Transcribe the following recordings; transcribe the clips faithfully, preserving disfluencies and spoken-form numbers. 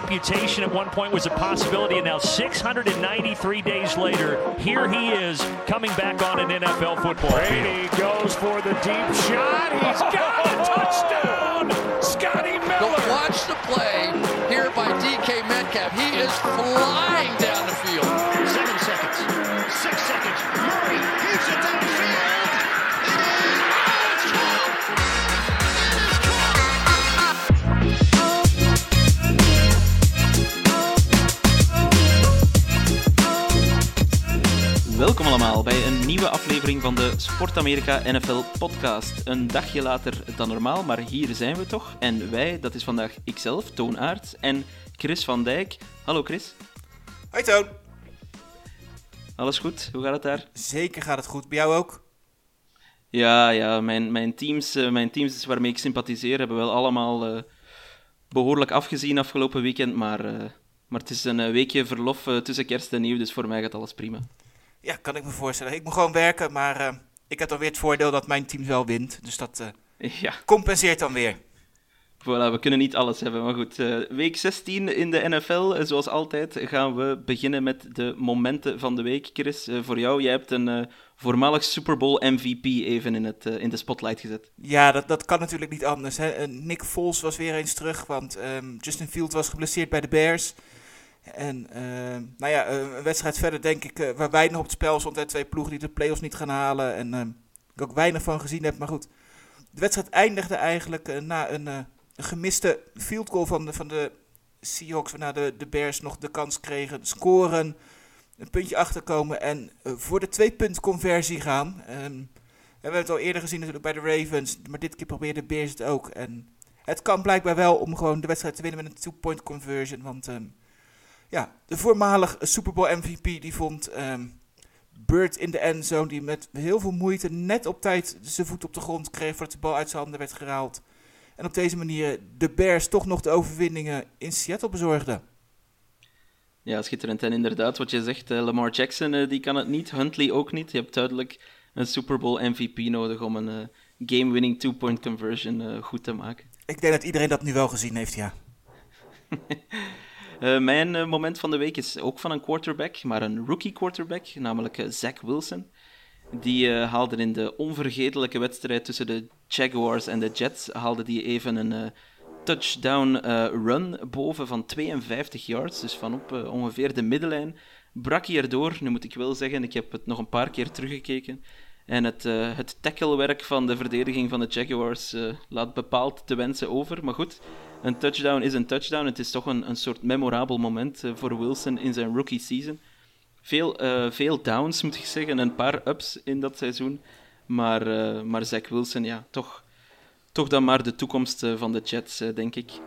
amputation at one point was a possibility, and now six hundred ninety-three days later, here he is coming back on an N F L football field. Brady goes for the deep shot. He's got a touchdown. Scotty Miller. But watch the play here by D K Metcalf. He is flying down the field. Seven seconds. Six seconds. Murray keeps it downfield. Welkom allemaal bij een nieuwe aflevering van de Sport Amerika N F L podcast. Een dagje later dan normaal, maar hier zijn we toch. En wij, dat is vandaag ikzelf, Toon Aerts, en Chris van Dijk. Hallo Chris. Hoi Toon. Alles goed? Hoe gaat het daar? Zeker gaat het goed. Bij jou ook? Ja, ja mijn, mijn, teams, uh, mijn teams waarmee ik sympathiseer hebben wel allemaal uh, behoorlijk afgezien afgelopen weekend. Maar, uh, maar het is een uh, weekje verlof uh, tussen kerst en nieuw, dus voor mij gaat alles prima. Ja, kan ik me voorstellen. Ik moet gewoon werken, maar uh, ik heb dan weer het voordeel dat mijn team wel wint. Dus dat uh, ja. compenseert dan weer. Voilà, we kunnen niet alles hebben, maar goed. Uh, week zestien in de N F L, uh, zoals altijd, gaan we beginnen met de momenten van de week. Chris, uh, voor jou, jij hebt een uh, voormalig Super Bowl M V P even in, het, uh, in de spotlight gezet. Ja, dat, dat kan natuurlijk niet anders. Hè. Uh, Nick Foles was weer eens terug, want um, Justin Fields was geblesseerd bij de Bears. En uh, nou ja, een wedstrijd verder denk ik uh, waar weinig op het spel stond. Hè, twee ploegen die de play-offs niet gaan halen. En uh, ik ook weinig van gezien heb. Maar goed, de wedstrijd eindigde eigenlijk uh, na een, uh, een gemiste field goal van de, van de Seahawks. Waarna de, de Bears nog de kans kregen scoren, een puntje achterkomen en uh, voor de twee-punt conversie gaan. Um, we hebben het al eerder gezien natuurlijk bij de Ravens. Maar dit keer probeerde de Bears het ook. En het kan blijkbaar wel om gewoon de wedstrijd te winnen met een two-point conversion. Want Um, Ja, de voormalig Super Bowl M V P die vond um, Bird in de endzone, die met heel veel moeite net op tijd zijn voet op de grond kreeg voordat de bal uit zijn handen werd gehaald. En op deze manier de Bears toch nog de overwinningen in Seattle bezorgden. Ja, schitterend. En inderdaad, wat je zegt, uh, Lamar Jackson uh, die kan het niet, Huntley ook niet. Je hebt duidelijk een Super Bowl M V P nodig om een uh, game-winning two-point conversion uh, goed te maken. Ik denk dat iedereen dat nu wel gezien heeft, ja. Uh, mijn uh, moment van de week is ook van een quarterback, maar een rookie quarterback, namelijk uh, Zach Wilson. Die uh, haalde in de onvergetelijke wedstrijd tussen de Jaguars en de Jets, haalde die even een uh, touchdown uh, run boven van tweeënvijftig yards, dus van op uh, ongeveer de middenlijn. Brak hij erdoor, nu moet ik wel zeggen, ik heb het nog een paar keer teruggekeken. En het, uh, het tacklewerk van de verdediging van de Jaguars uh, laat bepaald te wensen over, maar goed. Een touchdown is een touchdown. Het is toch een, een soort memorabel moment uh, voor Wilson in zijn rookie season. Veel, uh, veel downs, moet ik zeggen. Een paar ups in dat seizoen. Maar, uh, maar Zach Wilson, ja, toch, toch dan maar de toekomst uh, van de Jets, uh, denk ik.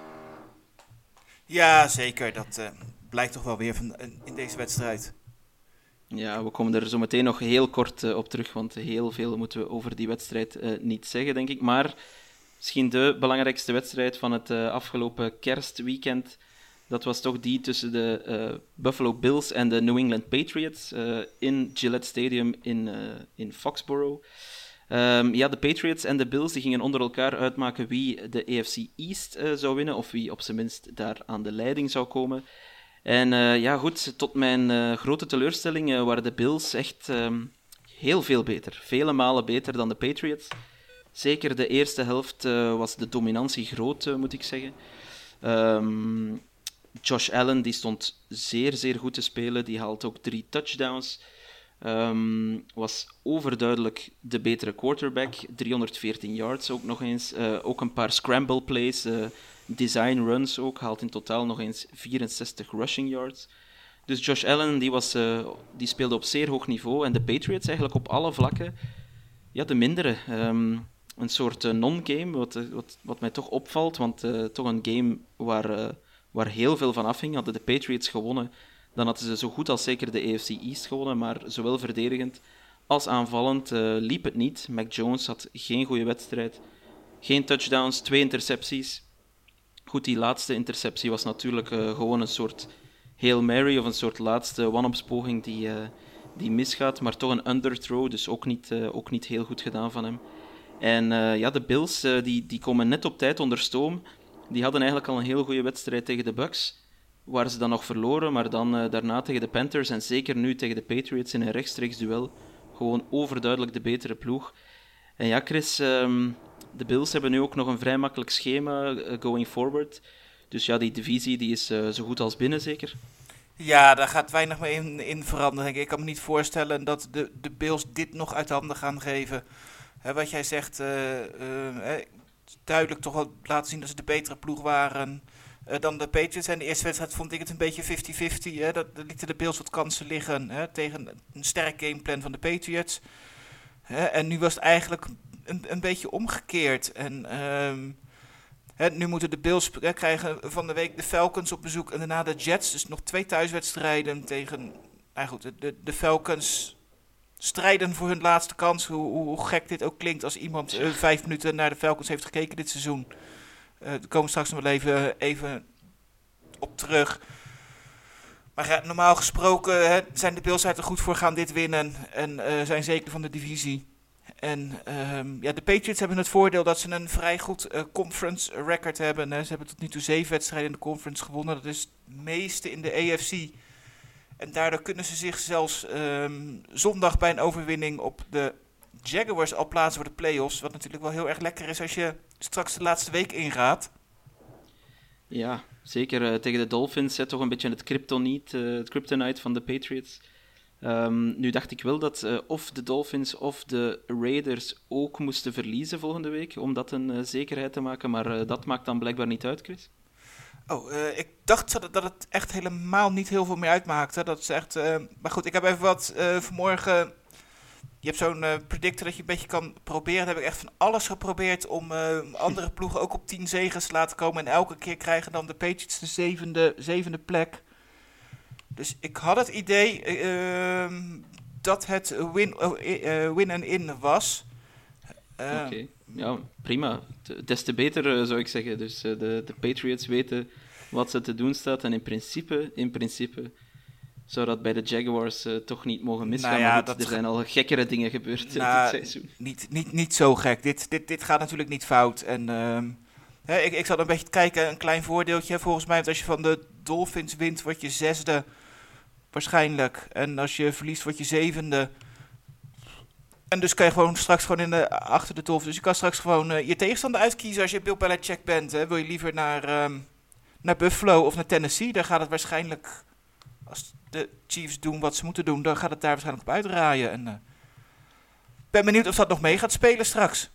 Ja, zeker. Dat uh, blijkt toch wel weer van, uh, in deze wedstrijd. Ja, we komen er zo meteen nog heel kort uh, op terug, want heel veel moeten we over die wedstrijd uh, niet zeggen, denk ik. Maar misschien de belangrijkste wedstrijd van het uh, afgelopen kerstweekend, dat was toch die tussen de uh, Buffalo Bills en de New England Patriots uh, in Gillette Stadium in, uh, in Foxborough. Um, ja, de Patriots en de Bills die gingen onder elkaar uitmaken wie de A F C East uh, zou winnen, of wie op zijn minst daar aan de leiding zou komen. En uh, ja, goed, tot mijn uh, grote teleurstelling uh, waren de Bills echt um, heel veel beter. Vele malen beter dan de Patriots. Zeker de eerste helft uh, was de dominantie groot, uh, moet ik zeggen. Um, Josh Allen die stond zeer, zeer goed te spelen. Die haalt ook drie touchdowns. Um, was overduidelijk de betere quarterback. driehonderdveertien yards ook nog eens. Uh, ook een paar scramble plays, uh, design runs ook. Haalt in totaal nog eens vierenzestig rushing yards. Dus Josh Allen die was, uh, die speelde op zeer hoog niveau. En de Patriots eigenlijk op alle vlakken ja, de mindere. Um, een soort uh, non-game, wat, wat, wat mij toch opvalt. Want uh, toch een game waar, uh, waar heel veel van afhing. Hadden de Patriots gewonnen, dan hadden ze zo goed als zeker de A F C East gewonnen. Maar zowel verdedigend als aanvallend uh, liep het niet. Mac Jones had geen goede wedstrijd. Geen touchdowns, twee intercepties. Goed, die laatste interceptie was natuurlijk uh, gewoon een soort Hail Mary of een soort laatste one-ups-poging die, uh, die misgaat. Maar toch een underthrow, dus ook niet, uh, ook niet heel goed gedaan van hem. En uh, ja, de Bills uh, die, die komen net op tijd onder stoom. Die hadden eigenlijk al een heel goede wedstrijd tegen de Bucks, waar ze dan nog verloren, maar dan uh, daarna tegen de Panthers en zeker nu tegen de Patriots in een rechtstreeks duel gewoon overduidelijk de betere ploeg. En ja, Chris, um, de Bills hebben nu ook nog een vrij makkelijk schema uh, going forward. Dus ja, die divisie die is uh, zo goed als binnen, zeker? Ja, daar gaat weinig mee in, in veranderen. Denk ik. ik kan me niet voorstellen dat de, de Bills dit nog uit handen gaan geven. He, wat jij zegt, uh, uh, uh, duidelijk toch wel laten zien dat ze de betere ploeg waren uh, dan de Patriots. En de eerste wedstrijd vond ik het een beetje fifty fifty. Hè. Dat, dat lieten de Bills wat kansen liggen hè, tegen een sterk gameplan van de Patriots. Hè, en nu was het eigenlijk een, een beetje omgekeerd. En um, hè, nu moeten de Bills hè, krijgen van de week de Falcons op bezoek en daarna de Jets. Dus nog twee thuiswedstrijden tegen nou goed, de, de Falcons strijden voor hun laatste kans. Hoe, hoe, hoe gek dit ook klinkt als iemand uh, vijf minuten naar de Falcons heeft gekeken dit seizoen. Uh, daar komen we straks nog wel even, even op terug. Maar ja, normaal gesproken hè, zijn de Bills er goed voor, gaan dit winnen. En uh, zijn zeker van de divisie. En um, ja, de Patriots hebben het voordeel dat ze een vrij goed uh, conference record hebben. Hè. Ze hebben tot nu toe zeven wedstrijden in de conference gewonnen. Dat is het meeste in de A F C. En daardoor kunnen ze zich zelfs um, zondag bij een overwinning op de Jaguars al plaatsen voor de playoffs. Wat natuurlijk wel heel erg lekker is als je straks de laatste week ingaat. Ja, zeker uh, tegen de Dolphins. Hè, toch een beetje het kryptoniet, uh, het kryptonite van de Patriots. Um, nu dacht ik wel dat uh, of de Dolphins of de Raiders ook moesten verliezen volgende week, om dat een uh, zekerheid te maken. Maar uh, dat maakt dan blijkbaar niet uit, Chris. Oh, uh, ik dacht dat, dat het echt helemaal niet heel veel meer uitmaakte. Dat is echt, uh, maar goed, ik heb even wat uh, vanmorgen. Je hebt zo'n uh, predictor dat je een beetje kan proberen. Dan heb ik echt van alles geprobeerd om uh, andere ploegen ook op tien zegens te laten komen. En elke keer krijgen dan de Patriots de zevende, zevende plek. Dus ik had het idee uh, dat het win, uh, uh, win en in was. Uh, Oké, okay. Ja, prima. Des te beter uh, zou ik zeggen. Dus uh, de, de Patriots weten wat ze te doen staat. En in principe, in principe zou dat bij de Jaguars uh, toch niet mogen misgaan. Nou ja, maar goed, er zijn al gekkere dingen gebeurd nou, dit seizoen. Niet, niet, niet zo gek. Dit, dit, dit gaat natuurlijk niet fout. En uh, hè, ik, ik zat een beetje te kijken. Een klein voordeeltje volgens mij. Want als je van de Dolphins wint, word je zesde. Waarschijnlijk. En als je verliest, word je zevende. En dus kan je gewoon straks gewoon in de, achter de Dolphins. Dus je kan straks gewoon uh, je tegenstander uitkiezen als je Bill Belichick bent. Hè. Wil je liever naar, um, naar Buffalo of naar Tennessee? Dan gaat het waarschijnlijk, als de Chiefs doen wat ze moeten doen, dan gaat het daar waarschijnlijk op uitdraaien. En ik uh, ben benieuwd of dat nog mee gaat spelen straks.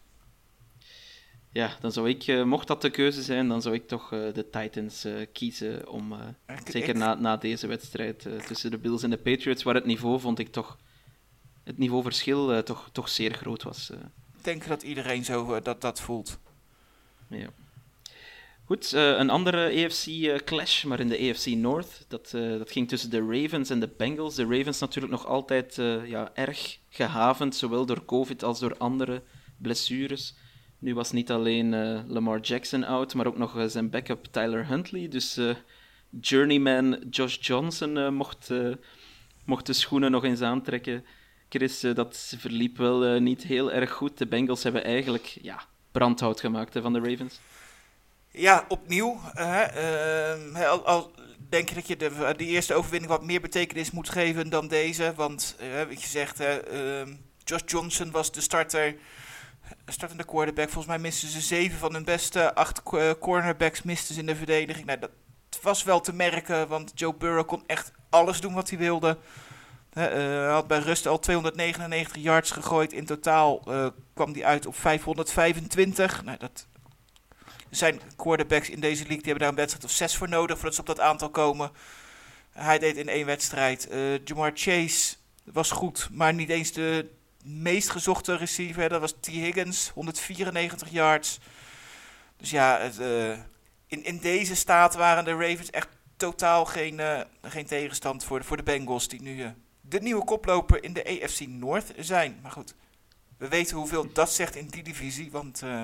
Ja, dan zou ik, uh, mocht dat de keuze zijn, dan zou ik toch uh, de Titans uh, kiezen. Om, uh, ik, zeker ik, na, na deze wedstrijd uh, tussen de Bills en de Patriots, waar het niveau, vond ik toch, het niveauverschil uh, toch, toch zeer groot was. Uh. Ik denk dat iedereen zo uh, dat, dat voelt. Ja. Goed, uh, een andere A F C-clash, uh, maar in de A F C North. Dat, uh, dat ging tussen de Ravens en de Bengals. De Ravens natuurlijk nog altijd uh, ja, erg gehavend, zowel door COVID als door andere blessures. Nu was niet alleen uh, Lamar Jackson out, maar ook nog uh, zijn backup Tyler Huntley. Dus uh, journeyman Josh Johnson uh, mocht, uh, mocht de schoenen nog eens aantrekken. Chris, uh, dat verliep wel uh, niet heel erg goed. De Bengals hebben eigenlijk ja, brandhout gemaakt hè, van de Ravens. Ja, opnieuw. Uh, uh, al, al denk je dat je de, de eerste overwinning wat meer betekenis moet geven dan deze. Want, uh, wat je zegt, uh, uh, Josh Johnson was de starter... startende quarterback. Volgens mij misten ze zeven van hun beste acht cornerbacks misten ze in de verdediging. Nou, dat was wel te merken, want Joe Burrow kon echt alles doen wat hij wilde. Hij uh, had bij rust al tweehonderdnegenennegentig yards gegooid. In totaal uh, kwam hij uit op vijfhonderdvijfentwintig. Nou, dat zijn quarterbacks in deze league, die hebben daar een wedstrijd of zes voor nodig voordat ze op dat aantal komen. Hij deed in één wedstrijd. Uh, Jamar Chase was goed, maar niet eens de meest gezochte receiver, dat was T. Higgins, honderdvierennegentig yards. Dus ja, het, uh, in, in deze staat waren de Ravens echt totaal geen, uh, geen tegenstand voor de, voor de Bengals, die nu uh, de nieuwe koploper in de A F C North zijn. Maar goed, we weten hoeveel dat zegt in die divisie, want uh,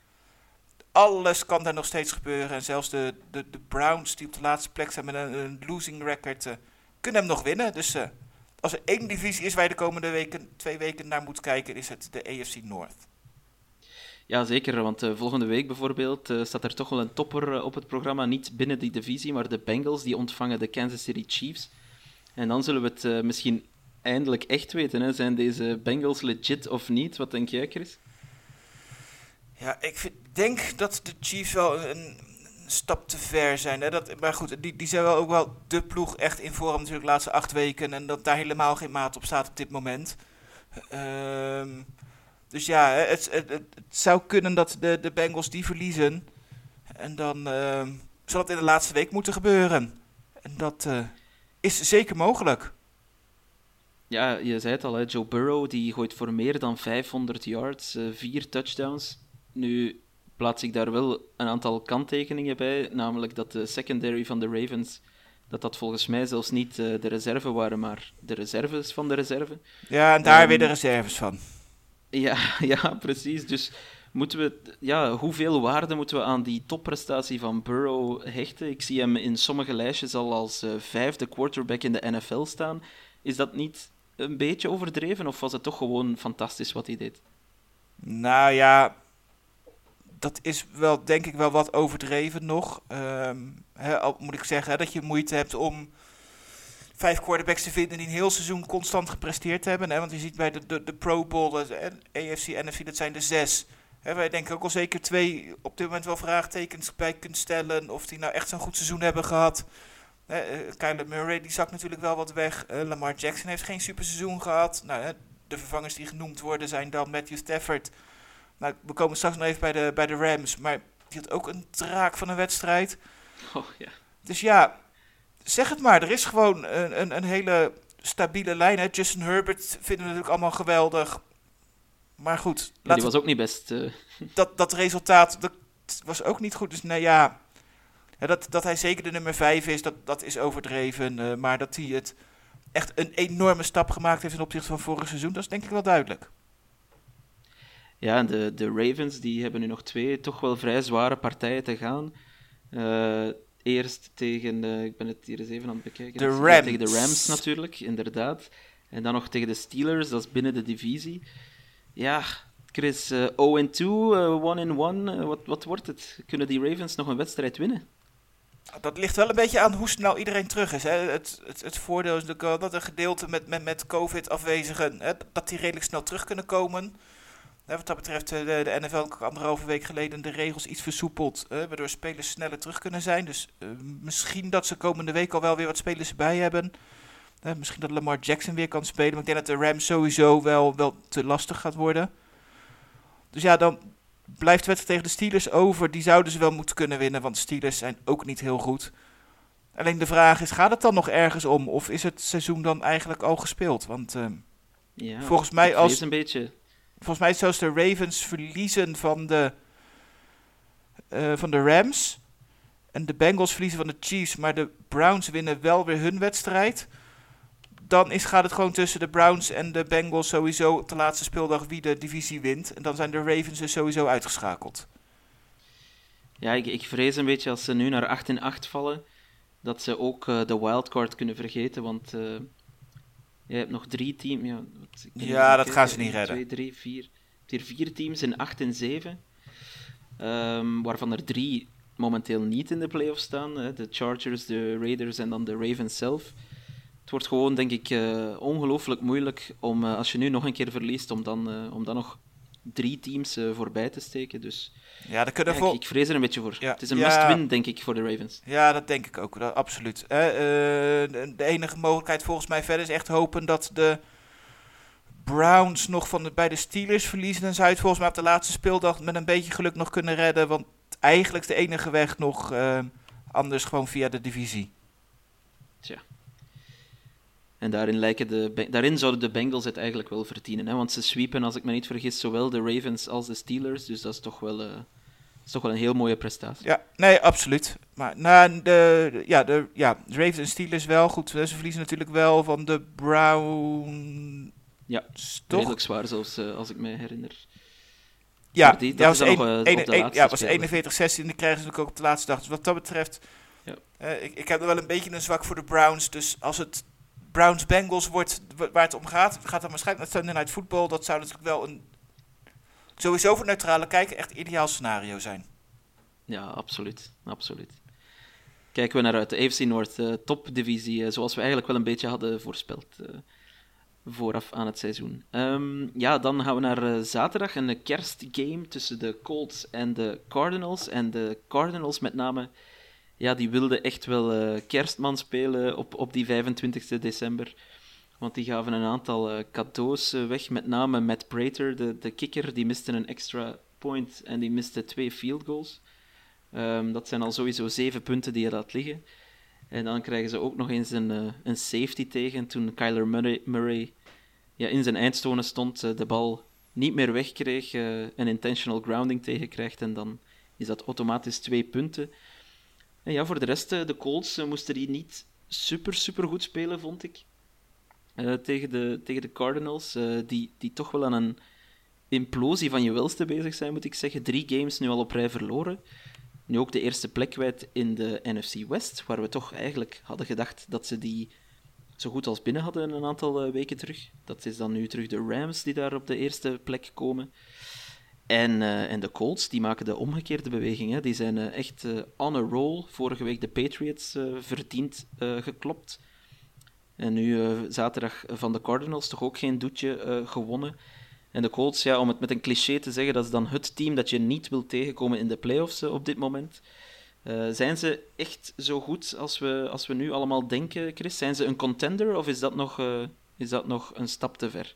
alles kan daar nog steeds gebeuren. En zelfs de, de, de Browns, die op de laatste plek zijn met een, een losing record, uh, kunnen hem nog winnen. Dus... Uh, Als er één divisie is waar je de komende weken, twee weken naar moet kijken, is het de A F C North. Ja, zeker, want uh, volgende week bijvoorbeeld uh, staat er toch wel een topper uh, op het programma. Niet binnen die divisie, maar de Bengals die ontvangen de Kansas City Chiefs. En dan zullen we het uh, misschien eindelijk echt weten. Hè? Zijn deze Bengals legit of niet? Wat denk jij, Chris? Ja, ik vind, denk dat de Chiefs wel een, een stap te ver zijn. Hè? Dat, maar goed, die, die zijn wel ook wel de ploeg echt in vorm natuurlijk de laatste acht weken. En dat daar helemaal geen maat op staat op dit moment. Um, dus ja, het, het, het, het zou kunnen dat de, de Bengals die verliezen. En dan uh, zal het in de laatste week moeten gebeuren. En dat uh, is zeker mogelijk. Ja, je zei het al, hè? Joe Burrow die gooit voor meer dan vijfhonderd yards, uh, vier touchdowns. Nu plaats ik daar wel een aantal kanttekeningen bij, namelijk dat de secondary van de Ravens, dat dat volgens mij zelfs niet uh, de reserve waren, maar de reserves van de reserve. Ja, en daar um, weer de reserves van. Ja, ja, precies. Dus moeten we, ja, hoeveel waarde moeten we aan die topprestatie van Burrow hechten? Ik zie hem in sommige lijstjes al als uh, vijfde quarterback in de N F L staan. Is dat niet een beetje overdreven, of was het toch gewoon fantastisch wat hij deed? Nou ja, dat is wel, denk ik, wel wat overdreven nog. Um, hè, al moet ik zeggen hè, dat je moeite hebt om vijf quarterbacks te vinden die een heel seizoen constant gepresteerd hebben. Hè? Want je ziet bij de, de, de Pro Bowl, de A F C, N F C, dat zijn er zes. Hè, wij denken ook al zeker twee op dit moment wel vraagtekens bij kunt stellen of die nou echt zo'n goed seizoen hebben gehad. Uh, Kyler Murray die zakt natuurlijk wel wat weg. Uh, Lamar Jackson heeft geen superseizoen gehad. Nou, uh, de vervangers die genoemd worden zijn dan Matthew Stafford. Nou, we komen straks nog even bij de, bij de Rams. Maar die had ook een draak van een wedstrijd. Oh, ja. Dus ja, zeg het maar. Er is gewoon een, een, een hele stabiele lijn. Hè. Justin Herbert vinden we natuurlijk allemaal geweldig. Maar goed. Ja, die was ook niet best. Uh... Dat, dat resultaat dat was ook niet goed. Dus nou ja... Ja, dat, dat hij zeker de nummer vijf is, dat, dat is overdreven. Uh, maar dat hij het echt een enorme stap gemaakt heeft ten opzichte van vorig seizoen, dat is denk ik wel duidelijk. Ja, en de, de Ravens die hebben nu nog twee toch wel vrij zware partijen te gaan. Uh, eerst tegen, uh, ik ben het hier eens even aan het bekijken. De Rams. Tegen de Rams natuurlijk, inderdaad. En dan nog tegen de Steelers, dat is binnen de divisie. Ja, Chris, uh, oh en twee, uh, one in one, uh, wat, wat wordt het? Kunnen die Ravens nog een wedstrijd winnen? Dat ligt wel een beetje aan hoe snel iedereen terug is. Hè. Het, het, het voordeel is natuurlijk wel dat een gedeelte met, met, met COVID-afwezigen, hè, dat die redelijk snel terug kunnen komen. Hè, wat dat betreft de, de N F L ook anderhalve week geleden de regels iets versoepeld, hè, waardoor spelers sneller terug kunnen zijn. Dus uh, misschien dat ze komende week al wel weer wat spelers erbij hebben. Hè, misschien dat Lamar Jackson weer kan spelen, maar ik denk dat de Rams sowieso wel, wel te lastig gaat worden. Dus ja, dan blijft de wedstrijd tegen de Steelers over. Die zouden ze wel moeten kunnen winnen, want de Steelers zijn ook niet heel goed. Alleen de vraag is, gaat het dan nog ergens om? Of is het seizoen dan eigenlijk al gespeeld? Want uh, ja, volgens mij als een beetje. Volgens mij zelfs de Ravens verliezen van de, uh, van de Rams. En de Bengals verliezen van de Chiefs. Maar de Browns winnen wel weer hun wedstrijd. Dan is, gaat het gewoon tussen de Browns en de Bengals sowieso op de laatste speeldag wie de divisie wint. En dan zijn de Ravens dus sowieso uitgeschakeld. Ja, ik, ik vrees een beetje als ze nu naar acht en acht vallen, dat ze ook uh, de wildcard kunnen vergeten. Want uh, je hebt nog drie teams. Ja, wat, ja dat gaan ze niet redden. twee, drie, vier. Je hebt hier vier teams in acht en zeven. Um, waarvan er drie momenteel niet in de playoffs staan. Hè. De Chargers, de Raiders en dan de Ravens zelf. Het wordt gewoon, denk ik, uh, ongelooflijk moeilijk om, uh, als je nu nog een keer verliest, om dan, uh, om dan nog drie teams uh, voorbij te steken. Dus ja, dat kunnen ja, vol- ik, ik vrees er een beetje voor. Ja, het is een ja, must-win, denk ik, voor de Ravens. Ja, dat denk ik ook. Dat, absoluut. Eh, uh, de, de enige mogelijkheid volgens mij verder is echt hopen dat de Browns nog van de, bij de Steelers verliezen. Dan zou je het volgens mij op de laatste speeldag met een beetje geluk nog kunnen redden. Want eigenlijk is de enige weg nog uh, anders gewoon via de divisie. Tja. En daarin, lijken de, daarin zouden de Bengals het eigenlijk wel verdienen. Hè? Want ze sweepen, als ik me niet vergis, zowel de Ravens als de Steelers. Dus dat is toch wel, uh, is toch wel een heel mooie prestatie. Ja, nee, absoluut. Maar nou, de, ja, de, ja, de Ravens en Steelers wel. Goed, ze verliezen natuurlijk wel van de Browns. Ja, toch? redelijk zwaar zelfs, uh, als ik me herinner. Ja, die, dat ja, was, was, een, een, nog, uh, een, op de een, ja, was spelen. eenenveertig zestien en die krijgen ze natuurlijk ook op de laatste dag. Dus wat dat betreft, ja. uh, ik, ik heb er wel een beetje een zwak voor de Browns. Dus als het Browns-Bengals wordt waar het om gaat, gaat dan waarschijnlijk naar Sunday Night Football. Dat zou natuurlijk wel een sowieso voor neutrale kijker echt een ideaal scenario zijn. Ja, absoluut. absoluut. Kijken we naar uit. De A F C North, uh, topdivisie, uh, zoals we eigenlijk wel een beetje hadden voorspeld uh, vooraf aan het seizoen. Um, ja, dan gaan we naar uh, zaterdag, een kerstgame tussen de Colts en de Cardinals. En de Cardinals met name, ja, die wilden echt wel uh, kerstman spelen op, op die vijfentwintigste december. Want die gaven een aantal uh, cadeaus uh, weg, met name Matt Prater, de, de kicker, die miste een extra point en die miste twee field goals. Um, dat zijn al sowieso zeven punten die je laat liggen. En dan krijgen ze ook nog eens een, uh, een safety tegen. Toen Kyler Murray, Murray ja, in zijn eindzone stond, uh, de bal niet meer wegkreeg, uh, een intentional grounding tegenkrijgt. En dan is dat automatisch twee punten. En ja, voor de rest, uh, de Colts uh, moesten die niet super, super goed spelen, vond ik. Uh, tegen, de, tegen de Cardinals, uh, die, die toch wel aan een implosie van je welste bezig zijn, moet ik zeggen. Drie games nu al op rij verloren. Nu ook de eerste plek kwijt in de N F C West, waar we toch eigenlijk hadden gedacht dat ze die zo goed als binnen hadden een aantal uh, weken terug. Dat is dan nu terug de Rams die daar op de eerste plek komen. En, uh, en de Colts, die maken de omgekeerde beweging. Hè. Die zijn uh, echt uh, on a roll. Vorige week de Patriots uh, verdiend uh, geklopt. En nu uh, zaterdag van de Cardinals toch ook geen doetje uh, gewonnen. En de Colts, ja, om het met een cliché te zeggen, dat is dan het team dat je niet wil tegenkomen in de playoffs uh, op dit moment. Uh, zijn ze echt zo goed als we, als we nu allemaal denken, Chris? Zijn ze een contender of is dat nog, uh, is dat nog een stap te ver?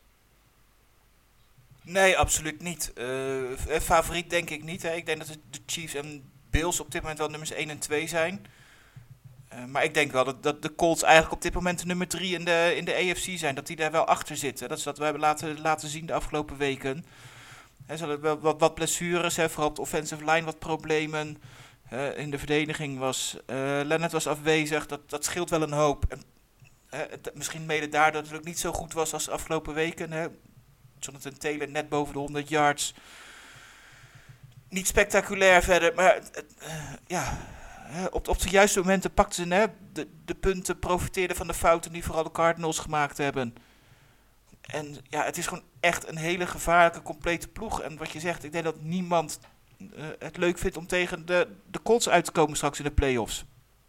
Nee, absoluut niet. Uh, favoriet denk ik niet. Hè. Ik denk dat de Chiefs en Bills op dit moment wel nummers één en twee zijn. Uh, maar ik denk wel dat, dat de Colts eigenlijk op dit moment de nummer drie in de, in de A F C zijn. Dat die daar wel achter zitten. Dat is wat we hebben laten, laten zien de afgelopen weken. He, ze hadden wel wat, wat blessures, he, vooral op de offensive line wat problemen. Uh, in de verdediging was uh, Leonard was afwezig. Dat, dat scheelt wel een hoop. En, uh, het, misschien mede daardoor dat het ook niet zo goed was als de afgelopen weken. He. Jonathan Taylor net boven de honderd yards. Niet spectaculair verder, maar uh, ja... Op, op de juiste momenten pakten ze hè, de, de punten, profiteerden van de fouten die vooral de Cardinals gemaakt hebben. En ja, het is gewoon echt een hele gevaarlijke, complete ploeg. En wat je zegt, ik denk dat niemand uh, het leuk vindt om tegen de, de Colts uit te komen straks in de playoffs.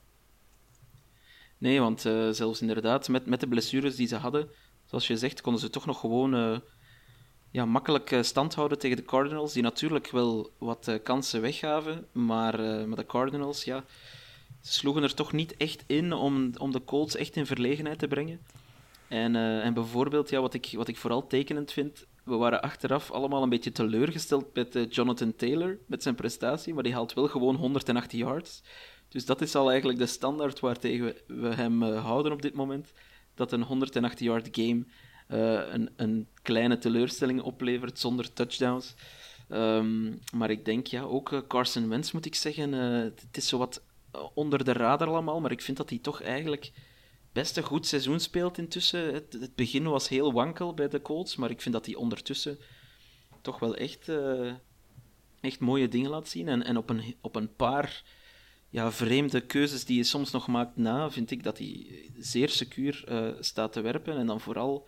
Nee, want uh, zelfs inderdaad, met, met de blessures die ze hadden, zoals je zegt, konden ze toch nog gewoon uh, ja, makkelijk uh, stand houden tegen de Cardinals, die natuurlijk wel wat uh, kansen weggaven, maar, uh, maar de Cardinals, ja, ze sloegen er toch niet echt in om, om de Colts echt in verlegenheid te brengen. En, uh, en bijvoorbeeld, ja, wat, ik, wat ik vooral tekenend vind, we waren achteraf allemaal een beetje teleurgesteld met uh, Jonathan Taylor, met zijn prestatie, maar die haalt wel gewoon honderdacht yards. Dus dat is al eigenlijk de standaard waartegen we, we hem uh, houden op dit moment, dat een honderdacht yard game Uh, een, een kleine teleurstelling oplevert zonder touchdowns. Um, maar ik denk, ja, ook uh, Carson Wentz moet ik zeggen, uh, het is zo wat onder de radar allemaal, maar ik vind dat hij toch eigenlijk best een goed seizoen speelt intussen. Het, het begin was heel wankel bij de Colts, maar ik vind dat hij ondertussen toch wel echt, uh, echt mooie dingen laat zien. En, en op, een, op een paar ja, vreemde keuzes die je soms nog maakt na, vind ik dat hij zeer secuur uh, staat te werpen. En dan vooral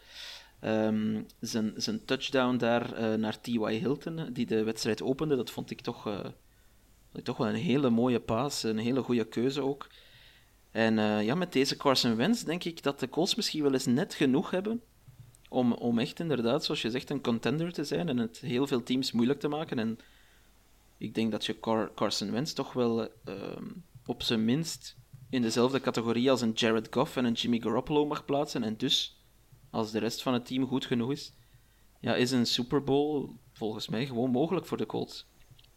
um, zijn, zijn touchdown daar uh, naar T Y Hilton, die de wedstrijd opende, dat vond ik toch, uh, vond ik toch wel een hele mooie paas, een hele goede keuze ook. En uh, ja, met deze Carson Wentz denk ik dat de Colts misschien wel eens net genoeg hebben om, om echt inderdaad, zoals je zegt, een contender te zijn en het heel veel teams moeilijk te maken. En ik denk dat je Car- Carson Wentz toch wel uh, op zijn minst in dezelfde categorie als een Jared Goff en een Jimmy Garoppolo mag plaatsen. En dus, als de rest van het team goed genoeg is, ja, is een Super Bowl volgens mij gewoon mogelijk voor de Colts.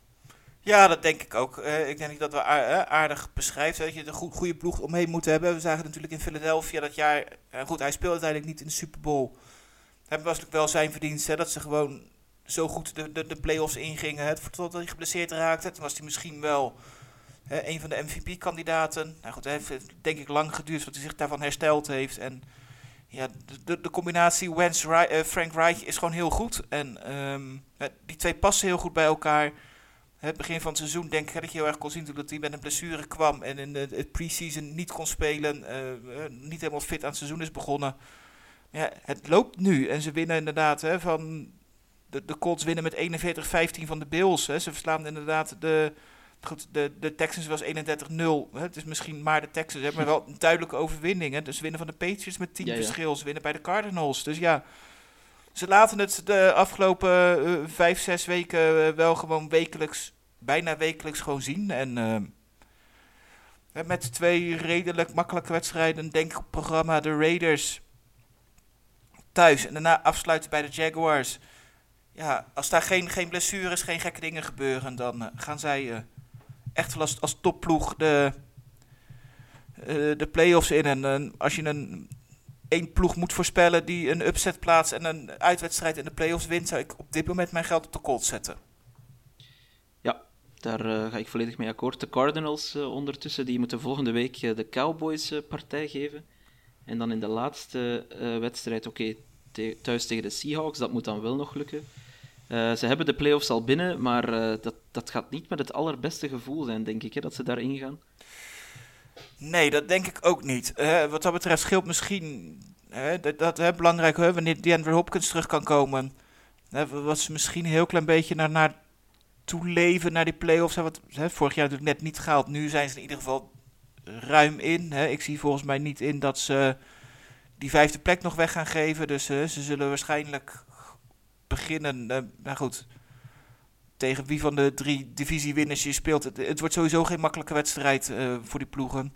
Ja, dat denk ik ook. Uh, ik denk dat we aardig beschrijven dat je een go- goede ploeg omheen moet hebben. We zagen natuurlijk in Philadelphia dat jaar... Uh, goed, hij speelde uiteindelijk niet in de Super Bowl. Dat was natuurlijk wel zijn verdienst, hè, dat ze gewoon zo goed de, de, de play-offs ingingen. Hè, totdat hij geblesseerd raakte. Toen was hij misschien wel hè, een van de M V P-kandidaten. Nou goed, het heeft denk ik lang geduurd voordat hij zich daarvan hersteld heeft. En ja, de, de, de combinatie Wentz, uh, Frank Reich is gewoon heel goed. En um, die twee passen heel goed bij elkaar. Het begin van het seizoen denk ik dat je heel erg kon zien dat hij met een blessure kwam en in het pre-season niet kon spelen, uh, niet helemaal fit aan het seizoen is begonnen. Ja, het loopt nu en ze winnen inderdaad hè, van de, de Colts winnen met eenenveertig vijftien van de Bills. Hè. Ze verslaan inderdaad de, goed, de, de Texans was eenendertig nul. Hè. Het is misschien maar de Texans, hè, maar wel een duidelijke overwinning. Hè. Dus ze winnen van de Patriots met tien ja, ja. verschil. Ze winnen bij de Cardinals. Dus ja, ze laten het de afgelopen uh, vijf, zes weken uh, wel gewoon wekelijks, bijna wekelijks gewoon zien. En uh, met twee redelijk makkelijke wedstrijden, denk ik op programma de Raiders thuis en daarna afsluiten bij de Jaguars. Ja, als daar geen, geen blessures, geen gekke dingen gebeuren, dan uh, gaan zij uh, echt wel als, als topploeg de, uh, de play-offs in. En uh, als je een één ploeg moet voorspellen die een upset plaatst en een uitwedstrijd in de play-offs wint, zou ik op dit moment mijn geld op de Colts zetten. Ja, daar uh, ga ik volledig mee akkoord. De Cardinals uh, ondertussen, die moeten volgende week uh, de Cowboys uh, partij geven. En dan in de laatste uh, wedstrijd, oké, okay, te- thuis tegen de Seahawks, dat moet dan wel nog lukken. Uh, ze hebben de play-offs al binnen, maar uh, dat, dat gaat niet met het allerbeste gevoel zijn, denk ik, hè, dat ze daarin gaan. Nee, dat denk ik ook niet. Uh, wat dat betreft scheelt misschien, uh, dat, dat uh, belangrijk, uh, wanneer DeAndre Hopkins terug kan komen. Uh, wat ze misschien een heel klein beetje naar, naar toe leven, naar die play-offs. Uh, wat, uh, vorig jaar natuurlijk net niet gehaald, nu zijn ze in ieder geval ruim in. Hè. Ik zie volgens mij niet in dat ze die vijfde plek nog weg gaan geven. Dus uh, ze zullen waarschijnlijk beginnen. Uh, nou goed, tegen wie van de drie divisiewinners je speelt. Het, het wordt sowieso geen makkelijke wedstrijd uh, voor die ploegen.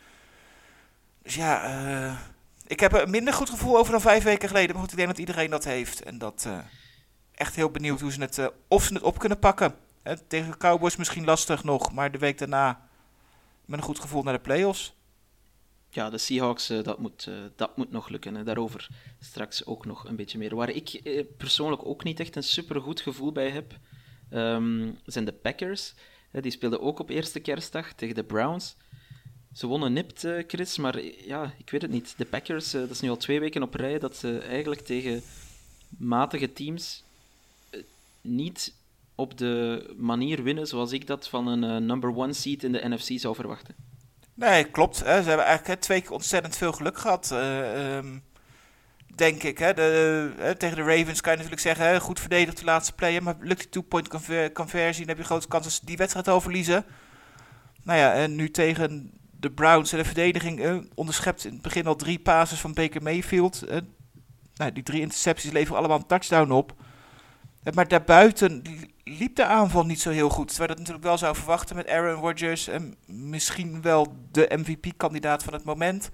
Dus ja, uh, ik heb een minder goed gevoel over dan vijf weken geleden. Maar goed, ik denk dat iedereen dat heeft. En dat uh, echt heel benieuwd hoe ze het, uh, of ze het op kunnen pakken. Uh, tegen de Cowboys misschien lastig nog, maar de week daarna met een goed gevoel naar de play-offs. Ja, de Seahawks, uh, dat, moet, uh, dat moet nog lukken. Hè. Daarover straks ook nog een beetje meer. Waar ik uh, persoonlijk ook niet echt een supergoed gevoel bij heb, um, zijn de Packers. Uh, die speelden ook op eerste kerstdag tegen de Browns. Ze wonnen nipt, uh, Chris, maar ja, ik weet het niet. De Packers, uh, dat is nu al twee weken op rij dat ze eigenlijk tegen matige teams uh, niet op de manier winnen zoals ik dat van een uh, number one seed in de N F C zou verwachten. Nee, klopt. Hè. Ze hebben eigenlijk hè, twee keer ontzettend veel geluk gehad, uh, um, denk ik. Hè. De, uh, tegen de Ravens kan je natuurlijk zeggen, hè, goed verdedigd de laatste play, maar lukt die two-point conver- conversie, dan heb je grote kans dat ze die wedstrijd al verliezen. Nou ja, en nu tegen de Browns en de verdediging uh, onderschept in het begin al drie passes van Baker Mayfield. Uh, nou, die drie intercepties leveren allemaal een touchdown op. Uh, maar daarbuiten liep de aanval niet zo heel goed. Terwijl je dat natuurlijk wel zou verwachten met Aaron Rodgers. En misschien wel de M V P-kandidaat van het moment.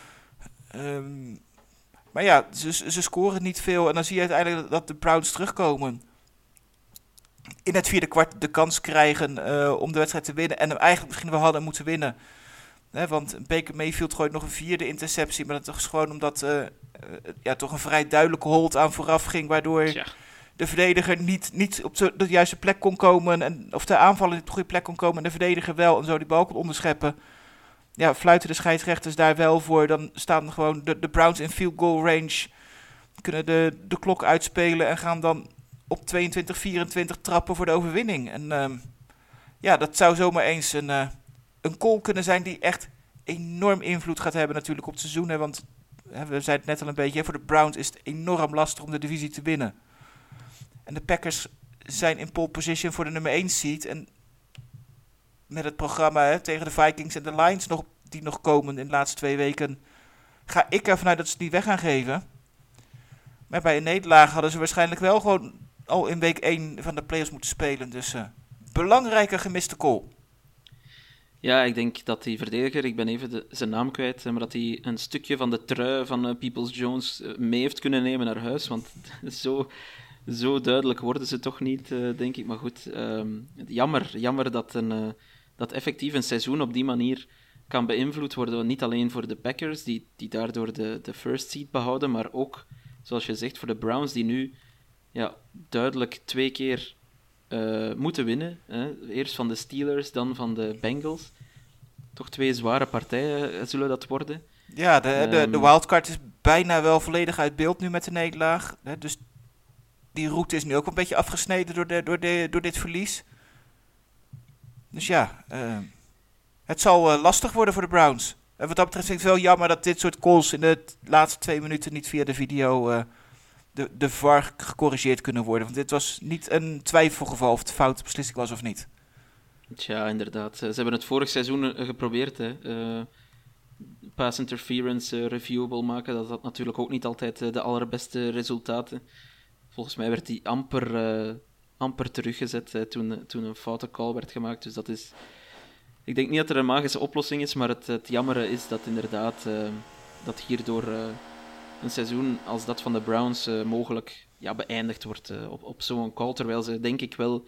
Um, maar ja, ze, ze scoren niet veel. En dan zie je uiteindelijk dat de Browns terugkomen. In het vierde kwart de kans krijgen uh, om de wedstrijd te winnen. En hem eigenlijk misschien wel hadden moeten winnen. He, want Baker Mayfield gooit nog een vierde interceptie. Maar dat is gewoon omdat uh, uh, ja, toch een vrij duidelijke hold aan vooraf ging. Waardoor ja. de verdediger niet, niet op de, de juiste plek kon komen. En, of de aanvaller niet op de goede plek kon komen. En de verdediger wel. En zo die bal kon onderscheppen. Ja, fluiten de scheidsrechters daar wel voor. Dan staan gewoon de, de Browns in field goal range. Kunnen de, de klok uitspelen. En gaan dan op tweeëntwintig vierentwintig trappen voor de overwinning. En uh, ja, dat zou zomaar eens een... Uh, Een call kunnen zijn die echt enorm invloed gaat hebben natuurlijk op het seizoen. Hè, want hè, we zeiden het net al een beetje, hè, voor de Browns is het enorm lastig om de divisie te winnen. En de Packers zijn in pole position voor de nummer één seed. En met het programma hè, tegen de Vikings en de Lions nog, die nog komen in de laatste twee weken, ga ik ervan uit dat ze het niet weg gaan geven. Maar bij een nederlaag hadden ze waarschijnlijk wel gewoon al in week één van de playoffs moeten spelen. Dus uh, belangrijke gemiste call. Ja, ik denk dat die verdediger, ik ben even de, zijn naam kwijt, maar dat hij een stukje van de trui van uh, Peoples-Jones uh, mee heeft kunnen nemen naar huis. Want zo, zo duidelijk worden ze toch niet, uh, denk ik. Maar goed, um, jammer, jammer dat, een, uh, dat effectief een seizoen op die manier kan beïnvloed worden. Niet alleen voor de Packers, die, die daardoor de, de first seed behouden, maar ook, zoals je zegt, voor de Browns, die nu ja, duidelijk twee keer... Uh, moeten winnen. Hè. Eerst van de Steelers, dan van de Bengals. Toch twee zware partijen zullen dat worden. Ja, de, um, de, de wildcard is bijna wel volledig uit beeld nu met de nederlaag. Hè. Dus die route is nu ook een beetje afgesneden door, de, door, de, door dit verlies. Dus ja, uh, het zal uh, lastig worden voor de Browns. En wat dat betreft vind ik het wel jammer dat dit soort calls in de laatste twee minuten niet via de video uh, de, de V A R gecorrigeerd kunnen worden? Want dit was niet een twijfelgeval of het foute beslissing was of niet. Tja, inderdaad. Ze hebben het vorig seizoen geprobeerd, hè. Uh, pass interference uh, reviewable maken. Dat had natuurlijk ook niet altijd uh, de allerbeste resultaten. Volgens mij werd die amper, uh, amper teruggezet uh, toen, uh, toen een foute call werd gemaakt. Dus dat is... Ik denk niet dat er een magische oplossing is, maar het, het jammere is dat inderdaad uh, dat hierdoor uh, een seizoen als dat van de Browns uh, mogelijk ja, beëindigd wordt uh, op, op zo'n call. Terwijl ze denk ik wel